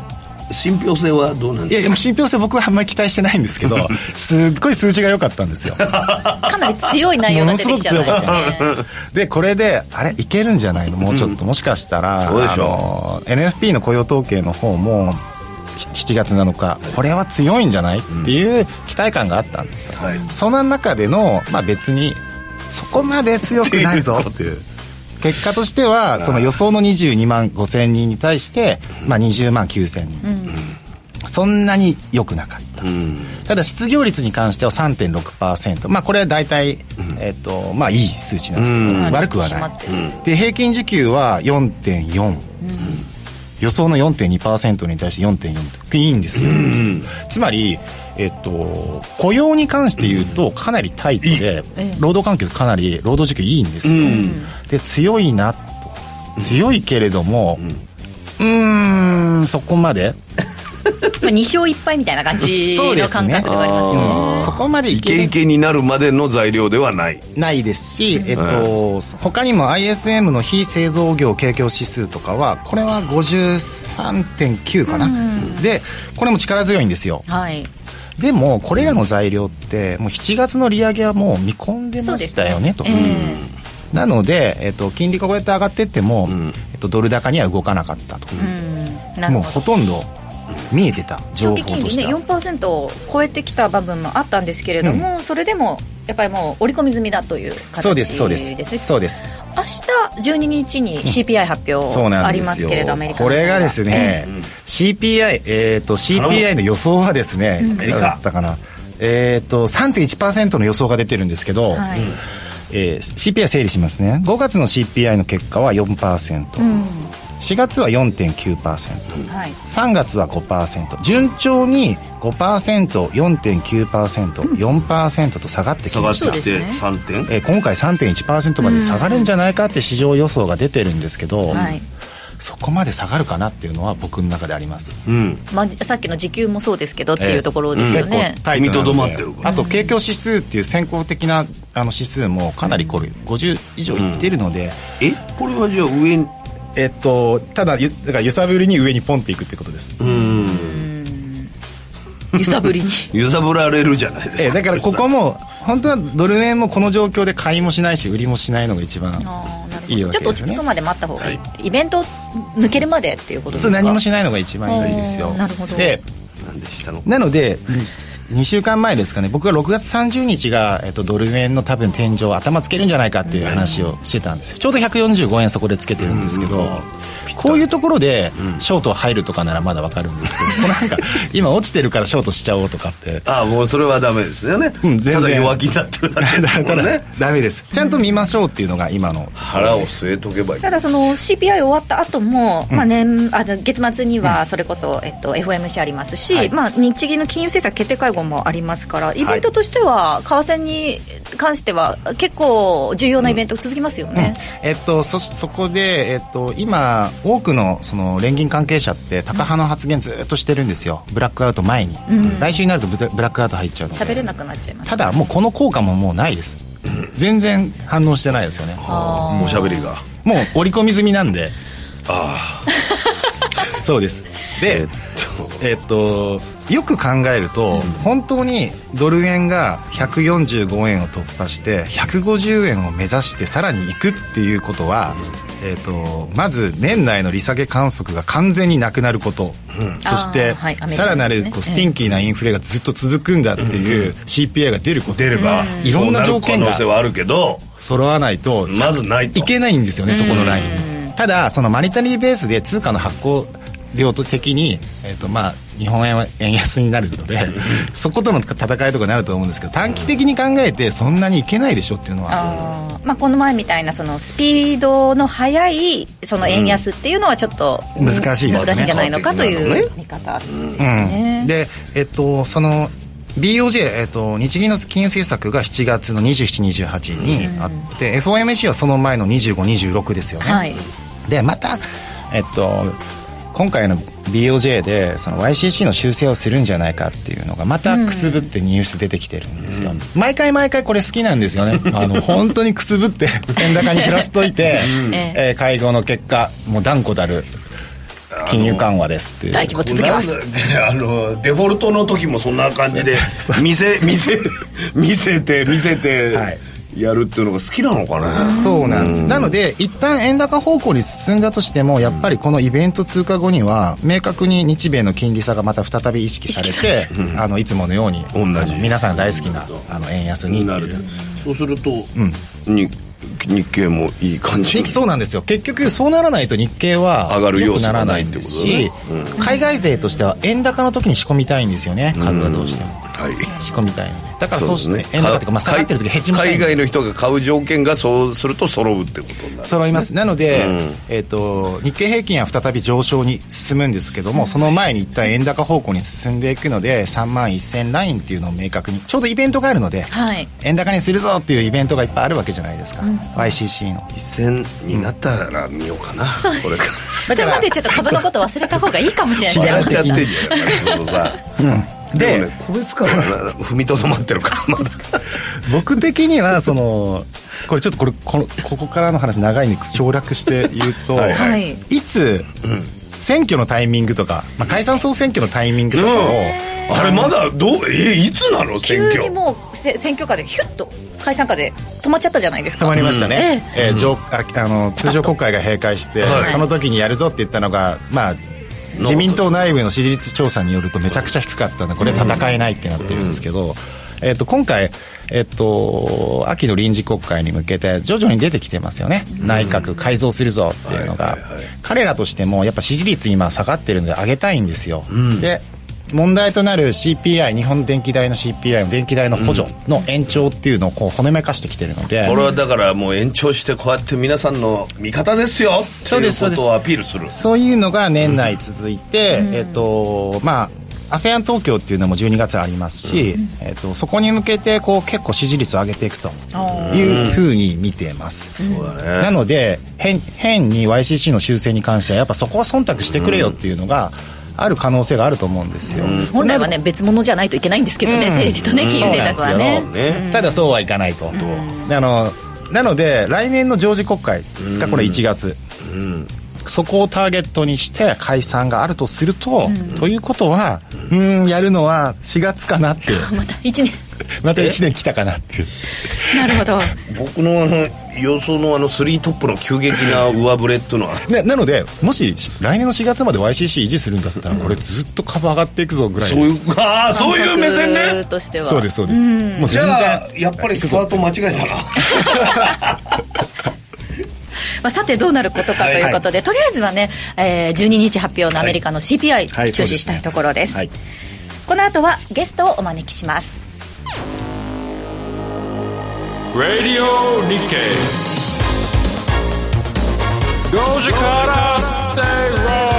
Speaker 4: 信憑性はどうなんですか？
Speaker 2: いやでも信憑性僕はあんまり期待してないんですけどすっごい数字が良かったんですよ
Speaker 3: かなり強い内容が出てきちゃったんですね。
Speaker 2: でこれであれいけるんじゃないのもうちょっと、うん、もしかしたら
Speaker 4: そうでしょう。
Speaker 2: あの エヌエフピー の雇用統計の方もしちがつなのかこれは強いんじゃないっていう期待感があったんですよ、はい、その中での、まあ、別にそこまで強くないぞっていう結果としてはその予想のにじゅうにまんごせんにんに対して、まあ、にじゅうまんきゅうせんにん、うん、そんなに良くなかった、うん、ただ失業率に関しては さんてんろくパーセント、まあ、これは大体、うんえーとまあ、いい数値なんですけど、うん、悪くはない、うん、で平均時給は よんてんよん、うん、予想の よんてんにパーセント に対して よんてんよん といいんですよ、うん、つまり、えっと、雇用に関して言うとかなりタイトで、うん、労働環境かなり労働時給いいんですよ、うん、で強いなと強いけれども、うん、うーんそこまで
Speaker 3: に勝いっ敗みたいな感じの感覚ではありますよね。
Speaker 2: そこまで
Speaker 4: イケイケになるまでの材料ではない
Speaker 2: ないですし、えっと、他にも アイエスエム の非製造業景況指数とかはこれは ごじゅうさんてんきゅう かな、うん、でこれも力強いんですよ、はい、でもこれらの材料ってもうしちがつの利上げはもう見込んでましたよねと、えー、なので、えっと、金利がこうやって上がっていっても、うんえっと、ドル高には動かなかったと、うん、もうほとんど見えてた情報としては
Speaker 3: 長期金利ね よんパーセント を超えてきた部分もあったんですけれども、うん、それでもやっぱりもう織り込み済みだという形ですね。
Speaker 2: そうですそうですそうです。
Speaker 3: 明日じゅうににちに シーピーアイ 発表ありますけれど、うん、アメリカの
Speaker 2: これがですね、うん、シーピーアイ、えー、と シーピーアイ の予想はですね、うん、いかがだったかな、えー、と さんてんいちパーセント の予想が出てるんですけど、はいえー、シーピーアイ 整理しますね。ごがつの シーピーアイ の結果は よんパーセント、うんしがつは よんてんきゅうパーセント、はい、さんがつは ごパーセント 順調に ごパーセント、よんてんきゅうパーセント、うん、よんパーセント と下がってきました。
Speaker 4: 下がってきてさんてん、
Speaker 2: えー、今回 さんてんいちパーセント まで下がるんじゃないかって市場予想が出てるんですけど、うんはい、そこまで下がるかなっていうのは僕の中であります、
Speaker 3: うんまあ、さっきの時給もそうですけどっていうところですよね、
Speaker 2: えー、踏みとどまってるあと景況指数っていう先行的なあの指数もかなりこれごじゅう以上いってるので、
Speaker 4: うん、えこれはじゃあ上に
Speaker 2: えっと、ただだから揺さぶりに上にポンっていくってことです。うー
Speaker 3: ん揺さぶりに
Speaker 4: 揺さぶられるじゃないですか、
Speaker 2: えだからここも本当はドル円もこの状況で買いもしないし売りもしないのが一番いいわけですよね。
Speaker 3: ちょっと落ち着くまで待った方がいい、はい、イベント抜けるまでっていうことですか。
Speaker 2: 何もしないのが一番いいですよ。
Speaker 3: なるほど。
Speaker 2: で
Speaker 4: 何でしたの
Speaker 2: なのでにしゅうかんまえですかね、僕はろくがつさんじゅうにちが、えっと、ドル円の多分天井頭つけるんじゃないかっていう話をしてたんですよ。ちょうどひゃくよんじゅうごえんそこでつけてるんですけど、うん、こういうところでショート入るとかならまだ分かるんですけど、うん、なんか今落ちてるからショートしちゃおうとかって
Speaker 4: ああもうそれはダメですよね、うん、全然ただ弱気になってるだけだからね
Speaker 2: ダメです。ちゃんと見ましょうっていうのが今の
Speaker 4: 腹を据えとけばいい。
Speaker 3: ただその シーピーアイ 終わった後も、うんまあ、年あ月末にはそれこそ、えっと、エフオーエムシー ありますし、はいまあ、日銀の金融政策決定会合もありますからイベントとしては為替に関しては結構重要なイベント続きますよね、
Speaker 2: うんうんえっと、そ, そこで、えっと、今多くのその連銀関係者ってタカ派の発言ずっとしてるんですよ。ブラックアウト前に、うん、来週になるとブラックアウト入っちゃうので
Speaker 3: 喋れなくなっちゃいます、ね、
Speaker 2: ただもうこの効果ももうないです全然反応してないですよね。
Speaker 4: もう喋りが
Speaker 2: もう織り込み済みなんで
Speaker 4: あ
Speaker 2: そうです。で、えっと、えっと、よく考えると、うん、本当にドル円がひゃくよんじゅうごえんを突破してひゃくごじゅうえんを目指してさらに行くっていうことは、うんえっと、まず年内の利下げ観測が完全になくなること、うん、そして、はいね、さらなるこうスティンキーなインフレがずっと続くんだっていう シーピーアイ が出ること、
Speaker 4: 出れば、
Speaker 2: うん、いろんな条件が
Speaker 4: 可能性はあるけど
Speaker 2: 揃わないと
Speaker 4: まずないと
Speaker 2: いけないんですよね、そこのライン。ただそのマニタリーベースで通貨の発行量的に、えーとまあ、日本円は円安になるのでそことの戦いとかになると思うんですけど短期的に考えてそんなにいけないでしょっていうのは
Speaker 3: あ、まあ、この前みたいなそのスピードの速いその円安っていうのはちょっと、
Speaker 2: うん、難しいですね。
Speaker 3: 難しいんじゃないのかという見方ですね、
Speaker 2: うん、で、えっと、そのビーオージェー、えっと、日銀の金融政策がしちがつのにじゅうしち、にじゅうはちにあって、うん、エフオーエムシー はその前のにじゅうご、にじゅうろくですよね、はい、でまたえっと今回の ビーオージェー でその ワイシーシー の修正をするんじゃないかっていうのがまたくすぶってニュース出てきてるんですよ、うん、毎回毎回これ好きなんですよねあの本当にくすぶって円高に振らせといて、うんえー、会合の結果もう断固たる金融緩和ですっていう
Speaker 3: 大規模続けます。
Speaker 4: あのデフォルトの時もそんな感じで見せ見せ見せて見せて、はい、やるっていうのが好きなのかね。
Speaker 2: そうなんです。なので一旦円高方向に進んだとしてもやっぱりこのイベント通過後には明確に日米の金利差がまた再び意識されて、うん、あのいつものように同じ皆さん大好きなあの円安になる。
Speaker 4: そうすると、うん、に日経もいい感じ。
Speaker 2: そうなんですよ。結局そうならないと日経は良くならないんですし、うん、海外勢としては円高の時に仕込みたいんですよね、株がどうしても、はい、仕込みたいので、だからそうして、ね、円高というか、まあ、下がってる時ヘッジもしたい。
Speaker 4: 海外の人が買う条件がそうすると揃うってことになる、ね、
Speaker 2: 揃います。なので、うんえー、と日経平均は再び上昇に進むんですけども、その前に一旦円高方向に進んでいくのでさんまんせんラインっていうのを明確に、ちょうどイベントがあるので、はい、円高にするぞっていうイベントがいっぱいあるわけじゃないですか、うん、ワイシーシー の
Speaker 4: せんになったら見ようかな、うん、これから
Speaker 3: ちょっと待って、ちょっと株のこと忘れた方がいいかもしれない。
Speaker 4: やっちゃってんじゃんさ、うん、でもね、個別から踏みとどまってるからまだ
Speaker 2: 僕的にはそのこれちょっとこれこのここからの話長いんで省略して言うとはい、はい、いつ、うん、選挙のタイミングとか、まあ、解散総選挙のタイミングとかを、
Speaker 4: うん、あれまだどうえいつなの選挙。
Speaker 3: 急にもう選挙カーでヒュッと解散カーで止まっちゃったじゃないですか。
Speaker 2: 止まりましたね、うんえー、上ああの通常国会が閉会して、はい、その時にやるぞって言ったのが、まあ自民党内部の支持率調査によるとめちゃくちゃ低かったので、これ戦えないってなってるんですけど、えー、と今回、えー、と秋の臨時国会に向けて徐々に出てきてますよね、内閣改造するぞっていうのが、はいはいはい、彼らとしてもやっぱ支持率今下がってるので上げたいんですよ、うん、で問題となる シーピーアイ 日本電気代の シーピーアイ の電気代の補助の延長っていうのをこうほのめかしてきてるので、
Speaker 4: これはだからもう延長してこうやって皆さんの味方ですよっていうことをアピールする。
Speaker 2: そういうのが年内続いて、うん、えっとまあアセアン 東京っていうのもじゅうにがつありますし、うんえっと、そこに向けてこう結構支持率を上げていくというふうに見てます、うん、そうだね。なので 変, 変に ワイシーシー の修正に関してはやっぱそこは忖度してくれよっていうのが、うんある可能性があると思うんですよ、うん、
Speaker 3: 本来はね別物じゃないといけないんですけどね、うん、政治とね金融政策はね、
Speaker 2: うん、ただそうはいかないと、うん、あのなので来年の常時国会がこれいちがつ、うんうん、そこをターゲットにして解散があるとすると、うん、ということはうんやるのはしがつかなって
Speaker 3: またいちねん
Speaker 2: またいちねん来たかなっていう
Speaker 3: なるほど。
Speaker 4: 僕のあの予想のあのスリートップの急激な上振れっていうのは
Speaker 2: な, なのでもし来年のしがつまで ワイシーシー 維持するんだったら、うん、これずっと株上がっていくぞぐらい、
Speaker 4: そういうあそういう目線ね
Speaker 3: としては
Speaker 2: そうですそうです、うん、
Speaker 4: もう全然じゃあやっぱりスタート間違えたな
Speaker 3: まあ、さてどうなることかということで、はいはい、とりあえずはね、えー、じゅうににち発表のアメリカの シーピーアイ、はい、注視したいところです、はい、この後はゲストをお招きします。
Speaker 1: Radio Nikkei Goji Kara Stay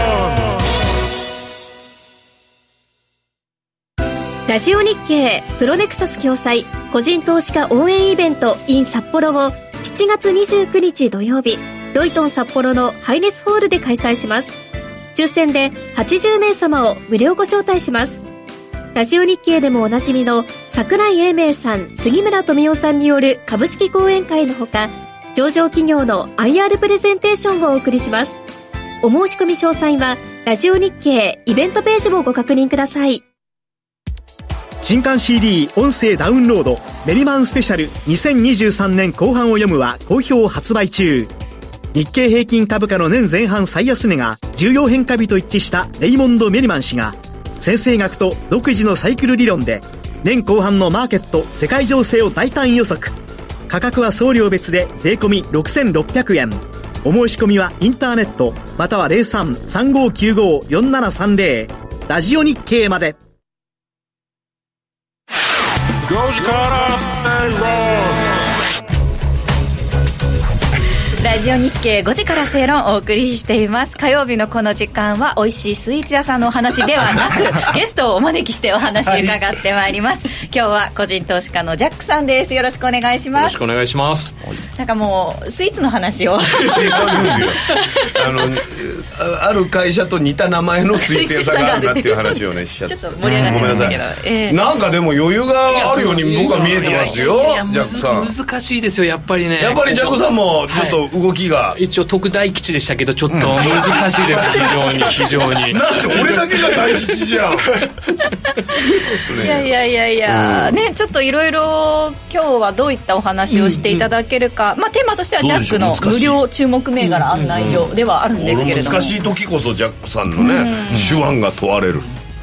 Speaker 1: Wrong
Speaker 5: ラジオ日経プロネクサス共催個人投資家応援イベント in 札幌をしちがつにじゅうくにち土曜日ロイトン札幌のハイネスホールで開催します。抽選ではちじゅうめいさまを無料ご招待します。ラジオ日経でもおなじみの櫻井英明さん、杉村富夫さんによる株式講演会のほか、上場企業の アイアール プレゼンテーションをお送りします。お申し込み詳細はラジオ日経イベントページをご確認ください。
Speaker 7: 新刊 シーディー 音声ダウンロードメリマンスペシャルにせんにじゅうさんねん後半を読むは好評発売中。日経平均株価の年前半最安値が重要変化日と一致したレイモンド・メリマン氏が先生学と独自のサイクル理論で年後半のマーケット世界情勢を大胆予測。価格は送料別で税込みろくせんろっぴゃくえん。お申し込みはインターネットまたは ゼロさん さんごきゅうご よんななさんゼロ ラジオ日経まで。
Speaker 3: ラジオ日経ごじから正論をお送りしています。火曜日のこの時間は美味しいスイーツ屋さんのお話ではなくゲストをお招きしてお話伺ってまいります、はい、今日は個人投資家のジャックさんです。よろしくお願いします。
Speaker 1: よろしくお願いします。
Speaker 3: なんかもうスイーツの話を違うんですよ
Speaker 4: あのある会社と似た名前のスイーツ屋さんがあるなっていう話をねしちゃって
Speaker 3: ちょっと盛り上がってましたけど、
Speaker 4: えー、なんかでも余裕があるように僕は見えてますよ。ジャックさん
Speaker 1: 難しいですよやっぱりね。
Speaker 4: やっぱりジャックさんもちょっと動きが
Speaker 1: 一応特大吉でしたけどちょっと難しいです非常に非常に
Speaker 4: なんで俺だけが大吉じゃん
Speaker 3: いやいやいやいや、うん、ねちょっといろいろ今日はどういったお話をしていただけるか、うんうん、まあテーマとしてはジャックの無料注目銘柄案内所ではあるんですけれども、
Speaker 4: 難しい時こそジャックさんのね、うん、手腕が問われる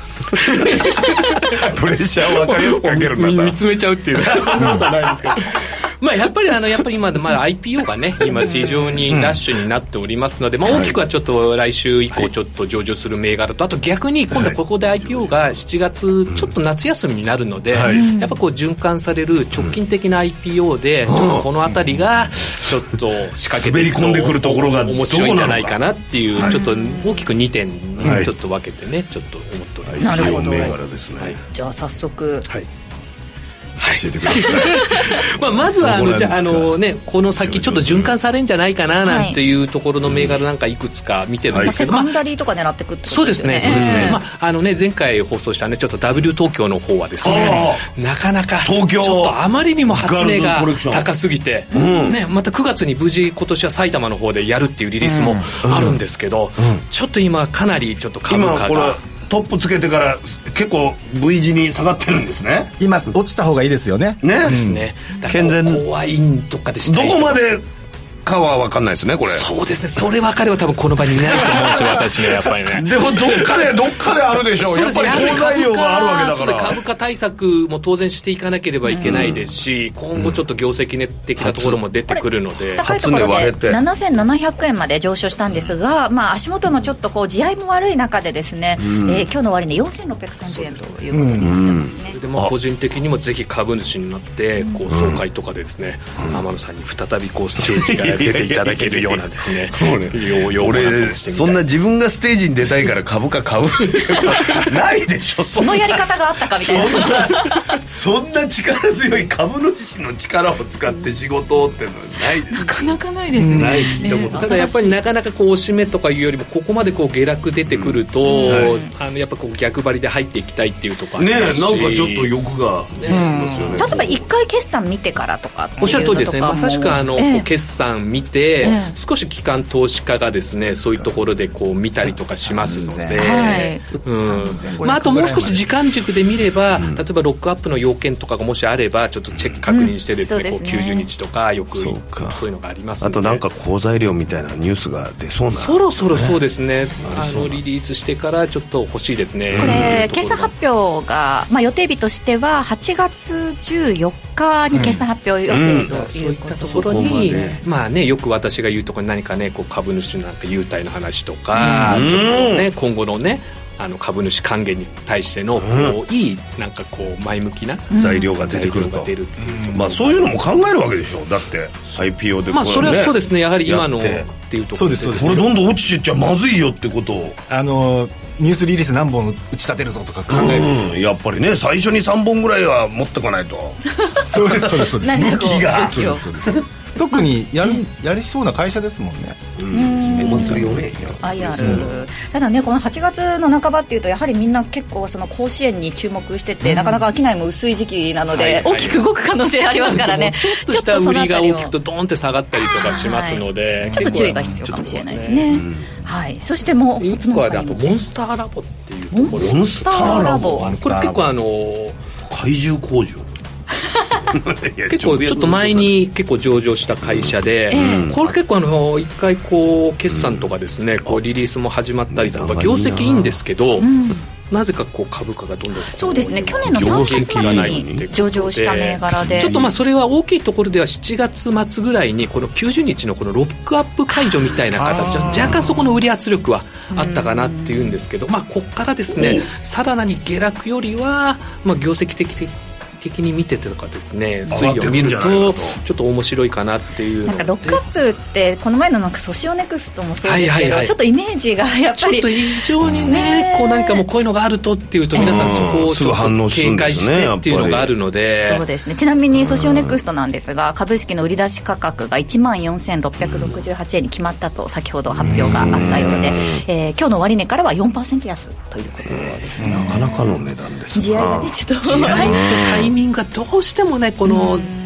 Speaker 4: プレッシャーを分かりやすくかけるんだ
Speaker 1: 見つめちゃうっていうそんなことはないですけどまあやっぱりあのやっぱり今まだ アイピーオー がね今非常にラッシュになっておりますので、まあ大きくはちょっと来週以降ちょっと上場する銘柄と、あと逆に今度ここで アイピーオー がしちがつちょっと夏休みになるので、やっぱこう循環される直近的な アイピーオー でちょっとこのあたりがちょっと仕掛けていくと
Speaker 4: 滑り込んでくるところが
Speaker 1: 面白いんじゃないかなっていう、ちょっと大きくにてんにちょっと分けてねちょっと思っております。
Speaker 3: なるほど。
Speaker 4: 銘柄ですね。
Speaker 3: じゃあ早速、
Speaker 1: はい
Speaker 4: 教えてください
Speaker 1: まあまずはあのじゃああのねこの先ちょっと循環されるんじゃないかななんていうところの銘柄なんかいくつか見てるんですけど、
Speaker 3: セカンダリーとか狙ってくってことですよね。
Speaker 1: そうですねそうですね、まああのね前回放送したねちょっと ダブリュー 東京の方はですねなかなか
Speaker 4: 東京
Speaker 1: ちょっとあまりにも発値が高すぎて、
Speaker 4: うん
Speaker 1: ね、またくがつに無事今年は埼玉の方でやるっていうリリースもあるんですけど、うんうん、ちょっと今かなりちょっと株価が
Speaker 4: トップつけてから結構 V 字に下がってるんですね。
Speaker 2: 今落ちた方がいいですよね。
Speaker 4: ね
Speaker 1: ですね。
Speaker 4: 健全
Speaker 1: 怖いんとかでした
Speaker 4: どこまでかは分かんないですねこれ。
Speaker 1: そうですねそれ分かれば多分この場にいないと思うんですよ私ねやっぱりね
Speaker 4: でもどっかでどっかであるでしょうやっぱり好材料があるわけだから
Speaker 1: 株価対策も当然していかなければいけないですし、うん、今後ちょっと業績的なところも出てくるので、
Speaker 3: 高いところでななせんななひゃくえんまで上昇したんですが、まあ、足元のちょっとこう地合いも悪い中でですね、うんえー、今日の終値よんせんろっぴゃくさんじゅうえんということになってますね、
Speaker 1: うん、でも個人的にもぜひ株主になってこう総会とかでですね、うん、天野さんに再びこうステージから出ていただけるようなですね
Speaker 4: 俺そんな自分がステージに出たいから株価買うってないでしょ
Speaker 3: そのやり方があったかみたいな
Speaker 4: そんな力強い株主の力を使って仕事ってのはないです
Speaker 3: なかなかないですね、
Speaker 4: ない聞いたことない。
Speaker 1: ただやっぱりなかなかこう押し目とかいうよりもここまでこう下落出てくると、うんはい、あのやっぱこう逆張りで入っていきたいっていうところありますし
Speaker 4: ねえなんかちょっと欲が出ますよね、
Speaker 3: 例えばいっかい決算見てからとか
Speaker 1: おっしゃる通りですねまさしくあの、ええ、決算見て、ええ、少し機関投資家がですねそういうところでこう見たりとかしますので、はいうんまあ、あともう少し時間軸で見れば、うん、例えばロックアップの要件とかがもしあればちょっとチェック確認してですね、うん、こうきゅうじゅうにちとかよくそうかそういうのがありますので、
Speaker 4: あとなんか好材料みたいなニュースが出そうな
Speaker 1: そろそろそうですねあのリリースしてからちょっと欲しいですね。
Speaker 3: これ決算発表が、まあ、予定日としてははちがつじゅうよっかに決算発表予定ということで、
Speaker 1: そういったところにまあねよく私が言うところに何かねこう株主なんか優待の話とか、ちょっとね今後のねあの株主還元に対してのこう、うん、いいなんかこう前向きな
Speaker 4: 材料が出てくると、出るっていう、まあそういうのも考えるわけでしょ。だって アイピーオー でこれ、ね、
Speaker 1: まあそれはそうですねやはり今のっていうところで、
Speaker 2: そうです
Speaker 4: これどんどん落ちてっちゃまずいよってことを
Speaker 2: あのニュースリリース何本打ち立てるぞとか考えるんですよ、
Speaker 4: うん、やっぱりね最初にさんぼんぐらいは持ってかないと
Speaker 2: そうですそうですそうです
Speaker 4: 武器が
Speaker 2: そうですそうです特にやるやりそうな会社ですもんね。
Speaker 4: お祭りをね
Speaker 3: アイアール、ただねこのはちがつの半ばっていうとやはりみんな結構その甲子園に注目してて、うん、なかなか商いも薄い時期なので、はいはいはい、大きく動く可能性ありますからね
Speaker 1: ちょっとした売りが大きくとドーンって下がったりとかしますので、
Speaker 3: はい、ちょっと注意が必要かもしれないですね、うん、はい。そしてもう
Speaker 1: 一個はあとモンスターラボっていうところ
Speaker 3: モンスターラボ
Speaker 1: これ結構あの
Speaker 4: 怪獣工場
Speaker 1: 結構ちょっと前に結構上場した会社で、えー、これ結構あの一回こう決算とかですね、うん、こうリリースも始まったりとか業績いいんですけど、うん、なぜかこう株価がどんどん
Speaker 3: そうですね去年のさんがつ末に上場した銘柄で
Speaker 1: ちょっとまあそれは大きいところではしちがつ末ぐらいにこのきゅうじゅうにちのこのロックアップ解除みたいな形で若干そこの売り圧力はあったかなっていうんですけど、まあここからですねさらなに下落よりはまあ業績的的的に見てとかですね推移を見るとちょっと面白いかなっていう
Speaker 3: なんかロックアップってこの前のなんかソシオネクストもそうですけど、はいはいはい、ちょっとイメージがやっぱり
Speaker 1: ちょっと非常にね、こう何かもうこういうのがあるとっていうと皆さんそこをちょっと警戒してっていうのがあるので、
Speaker 3: そうですね。ちなみにソシオネクストなんですが株式の売り出し価格がいちまんよんせんろっぴゃくろくじゅうはちえんに決まったと先ほど発表があったようで、えー、今日の終値からは よんパーセント 安ということですね。
Speaker 4: なかなかの値段です。
Speaker 3: 地合いがねちょっと
Speaker 1: 地合いとタイミングがどうしてもねこの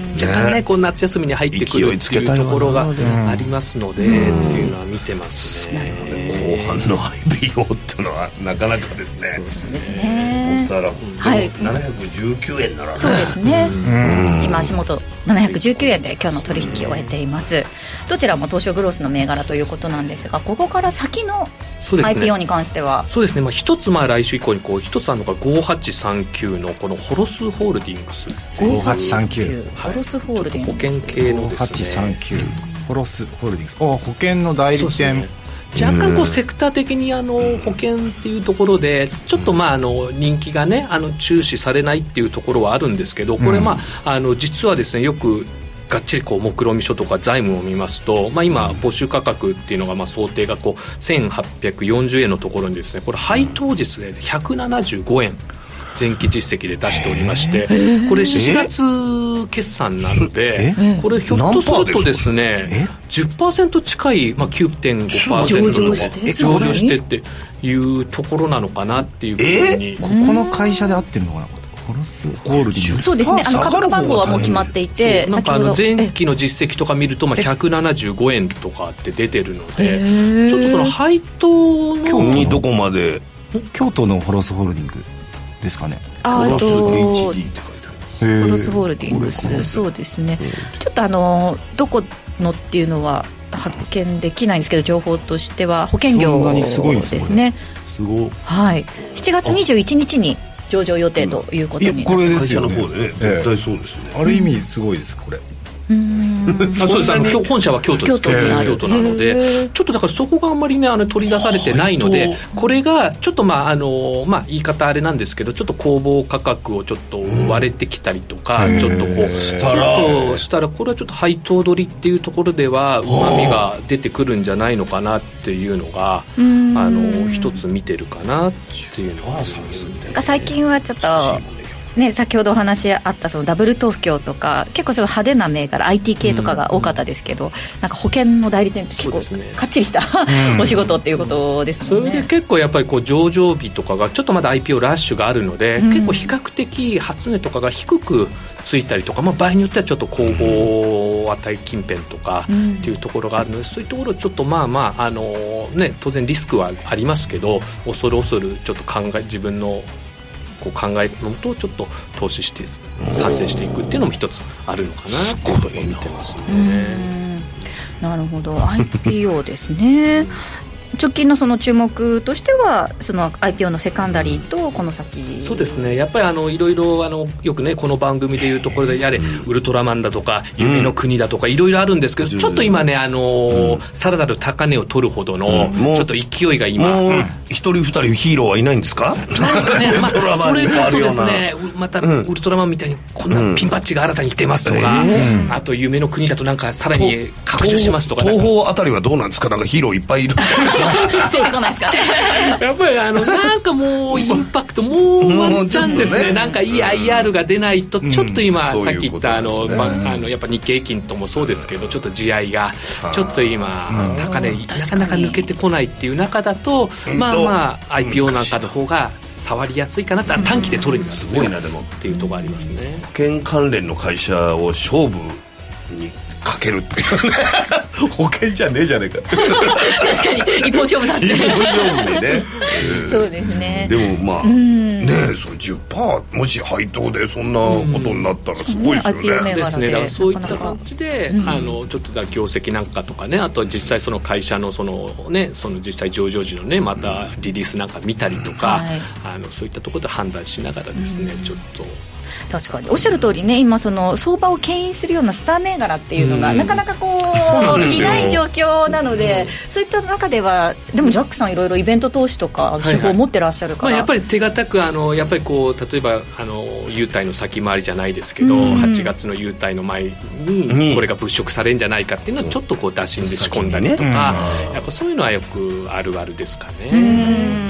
Speaker 1: 若干ねこう夏休みに入ってくるっていうところがありますので、っていうのは見てますね。
Speaker 4: 後半の アイピーオー っていうのはなかなかですね。
Speaker 3: そうですね。
Speaker 4: お皿、はい、ななひゃくじゅうきゅうえんならね。
Speaker 3: そうですね。今足元ななひゃくじゅうきゅうえんで今日の取引を終えています。どちらも東証グロースの銘柄ということなんですが、ここから先の アイピーオー に関しては
Speaker 1: そうですね、まあ、一つまあ来週以降にこう一つあるのがごはちさんきゅうのこのホロスホールディングス
Speaker 2: ごはちさんきゅう、
Speaker 3: ホロスホールディングス、
Speaker 1: 保険系のですね
Speaker 2: ごはちさんきゅうホロスホールディングス、保険の代理店、
Speaker 1: 若干こうセクター的にあの保険っていうところでちょっとまああの人気がねあの注視されないっていうところはあるんですけど、これまああの実はですねよくがっちりこう目論見書とか財務を見ますと、まあ、今募集価格っていうのがまあ想定がこうせんはっぴゃくよんじゅうえんのところにですね、これ配当実でひゃくななじゅうごえん前期実績で出しておりまして、これしがつ決算なので、これひょっとするとですね じゅっパーセント 近い、まあ、きゅうてんごパーセント とか上場してっていうところなのかなっていうふうに、
Speaker 2: ここの会社で合ってるのかな、ホロスホールディングス。
Speaker 3: そうですね、あの価格番号はもう決まっていて、
Speaker 1: なんかあの前期の実績とか見るとまあひゃくななじゅうごえんとかって出てるので、ちょっとその配当の
Speaker 4: 今日にどこまで
Speaker 2: 京都のホロスホールディングですかね。
Speaker 3: あーとホ
Speaker 4: エイチディー って書いてあります。
Speaker 3: ロスホールディングス、そうですね、ちょっとあのどこのっていうのは発見できないんですけど、情報としては保険業ですね。
Speaker 2: すごい、
Speaker 3: はい、しちがつにじゅういちにちに上場予定ということになって、
Speaker 2: これですよね、
Speaker 4: 会社の方でね、絶対そうですね、
Speaker 2: ある意味すごいですこれ。
Speaker 1: うーんあそうですあの本社は京都ですけど、京都なのでちょっとだからそこがあんまりねあの取り出されてないので、これがちょっとまああのまあ言い方あれなんですけど、ちょっと公募価格をちょっと割れてきたりとか、ちょっとこう
Speaker 4: したら
Speaker 1: ちょっとしたらこれはちょっと配当取りっていうところではうまみが出てくるんじゃないのかなっていうのがあの一つ見てるかなっていうのが、
Speaker 3: 最近はちょっとね、先ほどお話あったそのダブル東京とか結構ちょっと派手な銘柄 アイティー 系とかが多かったですけど、うん、なんか保険の代理店って結構かっちりした、ね、お仕事っていうことですもんね。
Speaker 1: それで結構やっぱりこう上場日とかがちょっとまだ アイピーオー ラッシュがあるので、うん、結構比較的初値とかが低くついたりとか、まあ、場合によってはちょっと公募値近辺とかっていうところがあるので、うん、そういうところちょっとまあまあ、あのーね、当然リスクはありますけど、恐る恐るちょっと考え自分のこう考えるのとちょっと投資して参戦していくっていうのも一つあるのかなっていうところを見てますね。
Speaker 3: なるほど、 アイピーオー ですね。直近のその注目としてはその アイピーオー のセカンダリーとこの先。
Speaker 1: そうですね、やっぱりあのいろいろあのよくねこの番組でいうところでやれ、うん、ウルトラマンだとか夢の国だとかいろいろあるんですけど、うん、ちょっと今ねあのーうん、さらなる高値を取るほどの、うん、ちょっと勢いが今
Speaker 4: もう一人二人ヒーローはいないんですか。
Speaker 1: なんかね、まあ、それこそですねまたウルトラマンみたいにこんなピンバッジが新たに来てますとか、うん、あと夢の国だとなんかさらに拡張しますとか、
Speaker 4: 東方あたりはどうなんですか。なんかヒーローいっぱいいる
Speaker 3: そうそうなんですかね
Speaker 1: やっぱりあのなんかもうインパクトもうワンチャンですね、ね、なんかいい アイアール が出ないとちょっと今、うん、さっき言ったあの、まあのやっぱ日経平均ともそうですけどちょっと地合いがちょっと今高値なかなか抜けてこないっていう中だと、まあまあ アイピーオー なんかの方が触りやすいかなって短期で取るにはすごいなでもっていうところありますね。
Speaker 4: 保険関連の会社を勝負にかけるっていうね保険じゃねえじゃねえか
Speaker 3: 確かに一本勝負だって
Speaker 4: 一本勝負でね
Speaker 3: そうですね。
Speaker 4: でもまあねえそれ じゅっパーセント もし配当でそんなことになったらすごいですよね、うん、
Speaker 1: ですね。だからそういった感じで、うん、あのちょっとだ業績なんかとかね、あと実際その会社のそのねその実際上場時のねまたリリースなんか見たりとか、うんはい、あのそういったところで判断しながらですね、うん、ちょっと
Speaker 3: 確かにおっしゃる通りね、今その相場を牽引するようなスター銘柄っていうのがなかなかこういない状況なので、そういった中ではでもジャックさんいろいろイベント投資とか手法を持ってらっしゃるから、
Speaker 1: はいはい、まあ、やっぱり手堅くあのやっぱりこう例えばあの優待の先回りじゃないですけど、はちがつの優待の前にこれが物色されるんじゃないかっていうのをちょっとこう打診で仕込んだりとか、やっぱそういうのはよくあるあるですかねっていう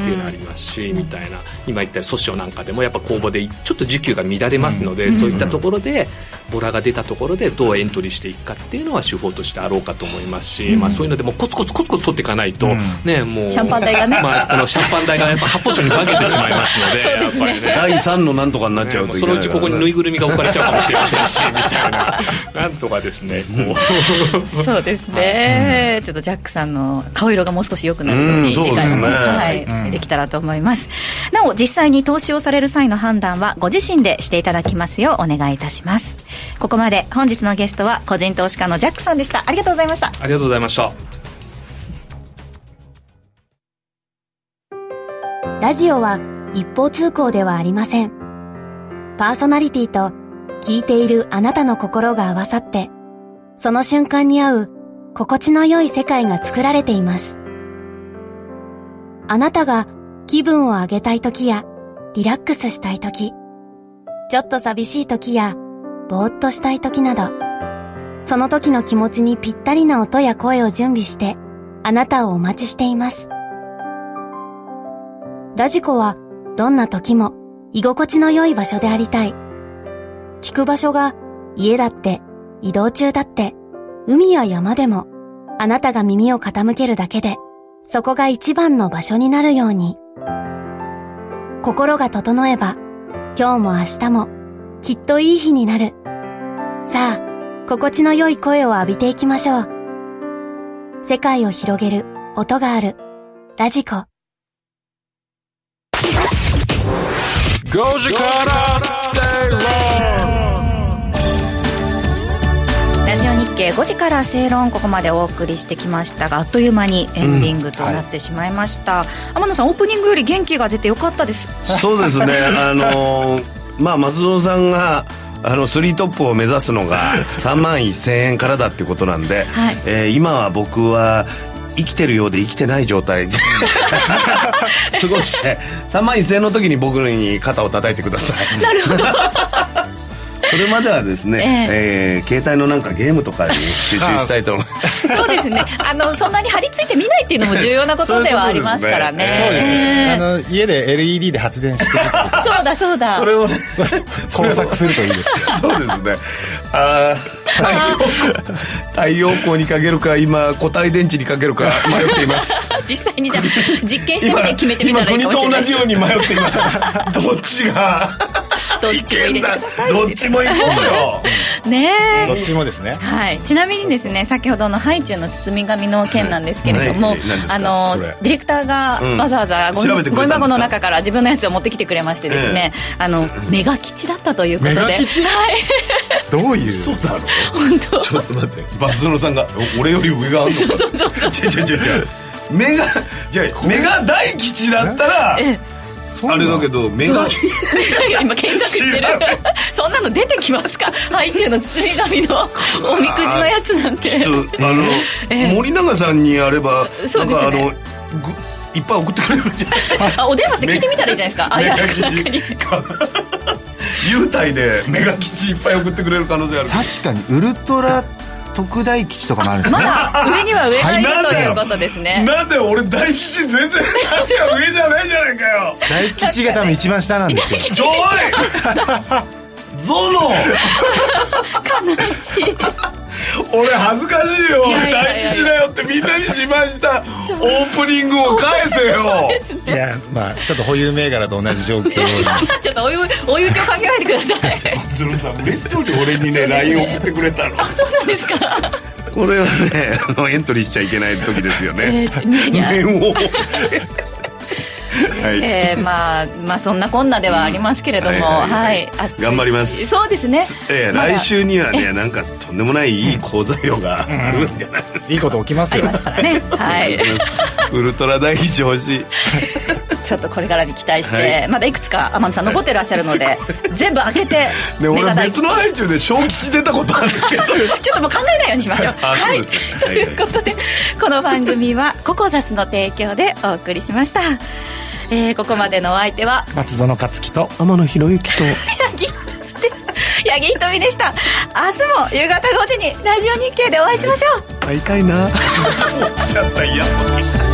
Speaker 1: 係がありますし、みたいな今言った訴訟なんかでもやっぱ公募でちょっと需給が乱れますので、うん、そういったところでボラが出たところでどうエントリーしていくかっていうのは手法としてあろうかと思いますし、うん、まあ、そういうのでもコツコツコツコツ取っていかないと、うん、ね、もう
Speaker 3: シャンパン代がね、
Speaker 1: まあ、このシャンパン代がやっぱ発泡酒に化けてしまいますので
Speaker 3: そうですね、
Speaker 1: やっぱりね、
Speaker 4: だいさんのなんとかになっちゃうといけない、
Speaker 1: ね、そのうちここにぬいぐるみが置かれちゃうかもしれませんしみたいななんとかですね、もう
Speaker 3: そうですね、うん、ちょっとジャックさんの顔色がもう少し良くなるように次回も、はい、うん、できたらと思います。なお実際に投資をされる際の判断はご自身でしていただきますようお願いいたします。ここまで本日のゲストは個人投資家のジャックさんでした。ありがとうございました。
Speaker 1: ありがとうございました。
Speaker 8: ラジオは一方通行ではありません。パーソナリティと聞いているあなたの心が合わさって、その瞬間に合う心地の良い世界が作られています。あなたが気分を上げたい時やリラックスしたい時、ちょっと寂しい時やぼーっとしたい時など、その時の気持ちにぴったりな音や声を準備してあなたをお待ちしています。ラジコはどんな時も居心地の良い場所でありたい。聞く場所が家だって移動中だって海や山でも、あなたが耳を傾けるだけでそこが一番の場所になるように。心が整えば今日も明日もきっといい日になる。さあ、心地の良い声を浴びていきましょう。世界を広げる音があるラジコ。
Speaker 9: ごじから正論。
Speaker 3: ラジオ日経ごじから正論、ここまでお送りしてきましたが、あっという間にエンディングとなってしまいました、うん、はい、天野さん、オープニングより元気が出てよかったです。
Speaker 4: そうですねあのー、まあ松園さんがあのスリートップを目指すのがさんまんせんえんからだっていうことなんで、はい、えー、今は僕は生きてるようで生きてない状態過ごしてさんまんせんえんの時に僕に肩を叩いてください。
Speaker 3: なるほど
Speaker 4: それまではですね、えーえー、携帯のなんかゲームとかに集中したいと思います
Speaker 3: そうですね、あのそんなに張り付いて見ないっていうのも重要なことではありますからね。
Speaker 2: そうですね、あの家で エルイーディー で発電してる
Speaker 3: そうだそうだ、
Speaker 4: それをね
Speaker 2: 工作するといいですよ
Speaker 4: そうですね、あ太陽光にかけるか今固体電池にかけるか迷っています
Speaker 3: 実際にじゃあ実験してみて決めてみたらいいかもしれない。
Speaker 4: 今国と同じように迷っていますどっちが
Speaker 3: どっちも入れてください。
Speaker 4: どっちも行こうよ
Speaker 3: ねえ、
Speaker 2: どっちもですね、
Speaker 3: はい、ちなみにですね、先ほどのハイチュウの包み紙の件なんですけれども、あのディレクターがわざわざゴミ箱の中から自分のやつを持ってきてくれましてですね、えー、あのメガ吉だったということで。
Speaker 2: メガ吉、はい、どういう
Speaker 4: そうだろう
Speaker 3: 本当
Speaker 4: ちょっと待って、バスノさんが俺より上があるのか
Speaker 3: そうそうそう
Speaker 4: 違う違う違うメガじゃあメガ大吉だったらえあれだけどメガ
Speaker 3: 今検索してるそんなの出てきますか？ハイチュウの包み紙のおみくじのやつなんて。
Speaker 4: ちょっとあの、えー、森永さんにあれば
Speaker 3: そうですね、
Speaker 4: なんかあのいっぱい送ってくれるんじゃない
Speaker 3: あお電話して聞いてみたらいいじゃないですか。あ、いや
Speaker 4: 優待でメガ吉いっぱい送ってくれる可能性ある。
Speaker 2: 確かにウルトラ特大吉とかもあるんですね。
Speaker 3: まだ上には上がいるということですね。
Speaker 4: なんで俺大吉全然確か上じゃないじゃないかよ。
Speaker 2: 大吉が多分一番下なんですよ。
Speaker 4: ちょいゾノ
Speaker 3: 悲しい
Speaker 4: 俺恥ずかしいよ。大吉だよってみんなに自慢したオープニングを返せよ。
Speaker 2: いや、まあちょっと保有銘柄と同じ状況
Speaker 3: ちょっとお湯お湯打ちを考えないでください。
Speaker 4: 松野さん別荘に俺にね ライン 送ってくれたの。
Speaker 3: あ、そうなんですか。
Speaker 4: これはねあのエントリーしちゃいけない時ですよね、
Speaker 3: えー、念を
Speaker 4: はい、
Speaker 3: えー、まあまあそんなこんなではありますけれども、うん、はいはいはい、
Speaker 4: 頑張ります。
Speaker 3: そうですね、
Speaker 4: えー、来週にはねなんかとんでもないいい好材料があるんじゃないですか、
Speaker 2: うん、いいこと起きますよ。
Speaker 3: ありますからねはい
Speaker 4: ウルトラ大吉欲しい
Speaker 3: ちょっとこれからに期待して、はい、まだいくつか天野さん残ってらっしゃるので全部開けて
Speaker 4: で俺別の配中で小吉出たことあるけど
Speaker 3: ちょっともう考えないようにしましょう。
Speaker 4: あ、
Speaker 3: はい、
Speaker 4: そうですね、
Speaker 3: ということでこの番組はココザスの提供でお送りしました。えー、ここまでのお相手は
Speaker 2: 松園克樹と
Speaker 4: 天野博之と
Speaker 3: 八木八木ひとみでした。明日も夕方ごじにラジオ日経でお会いしましょう。
Speaker 4: 会いたいなおっしゃった。いや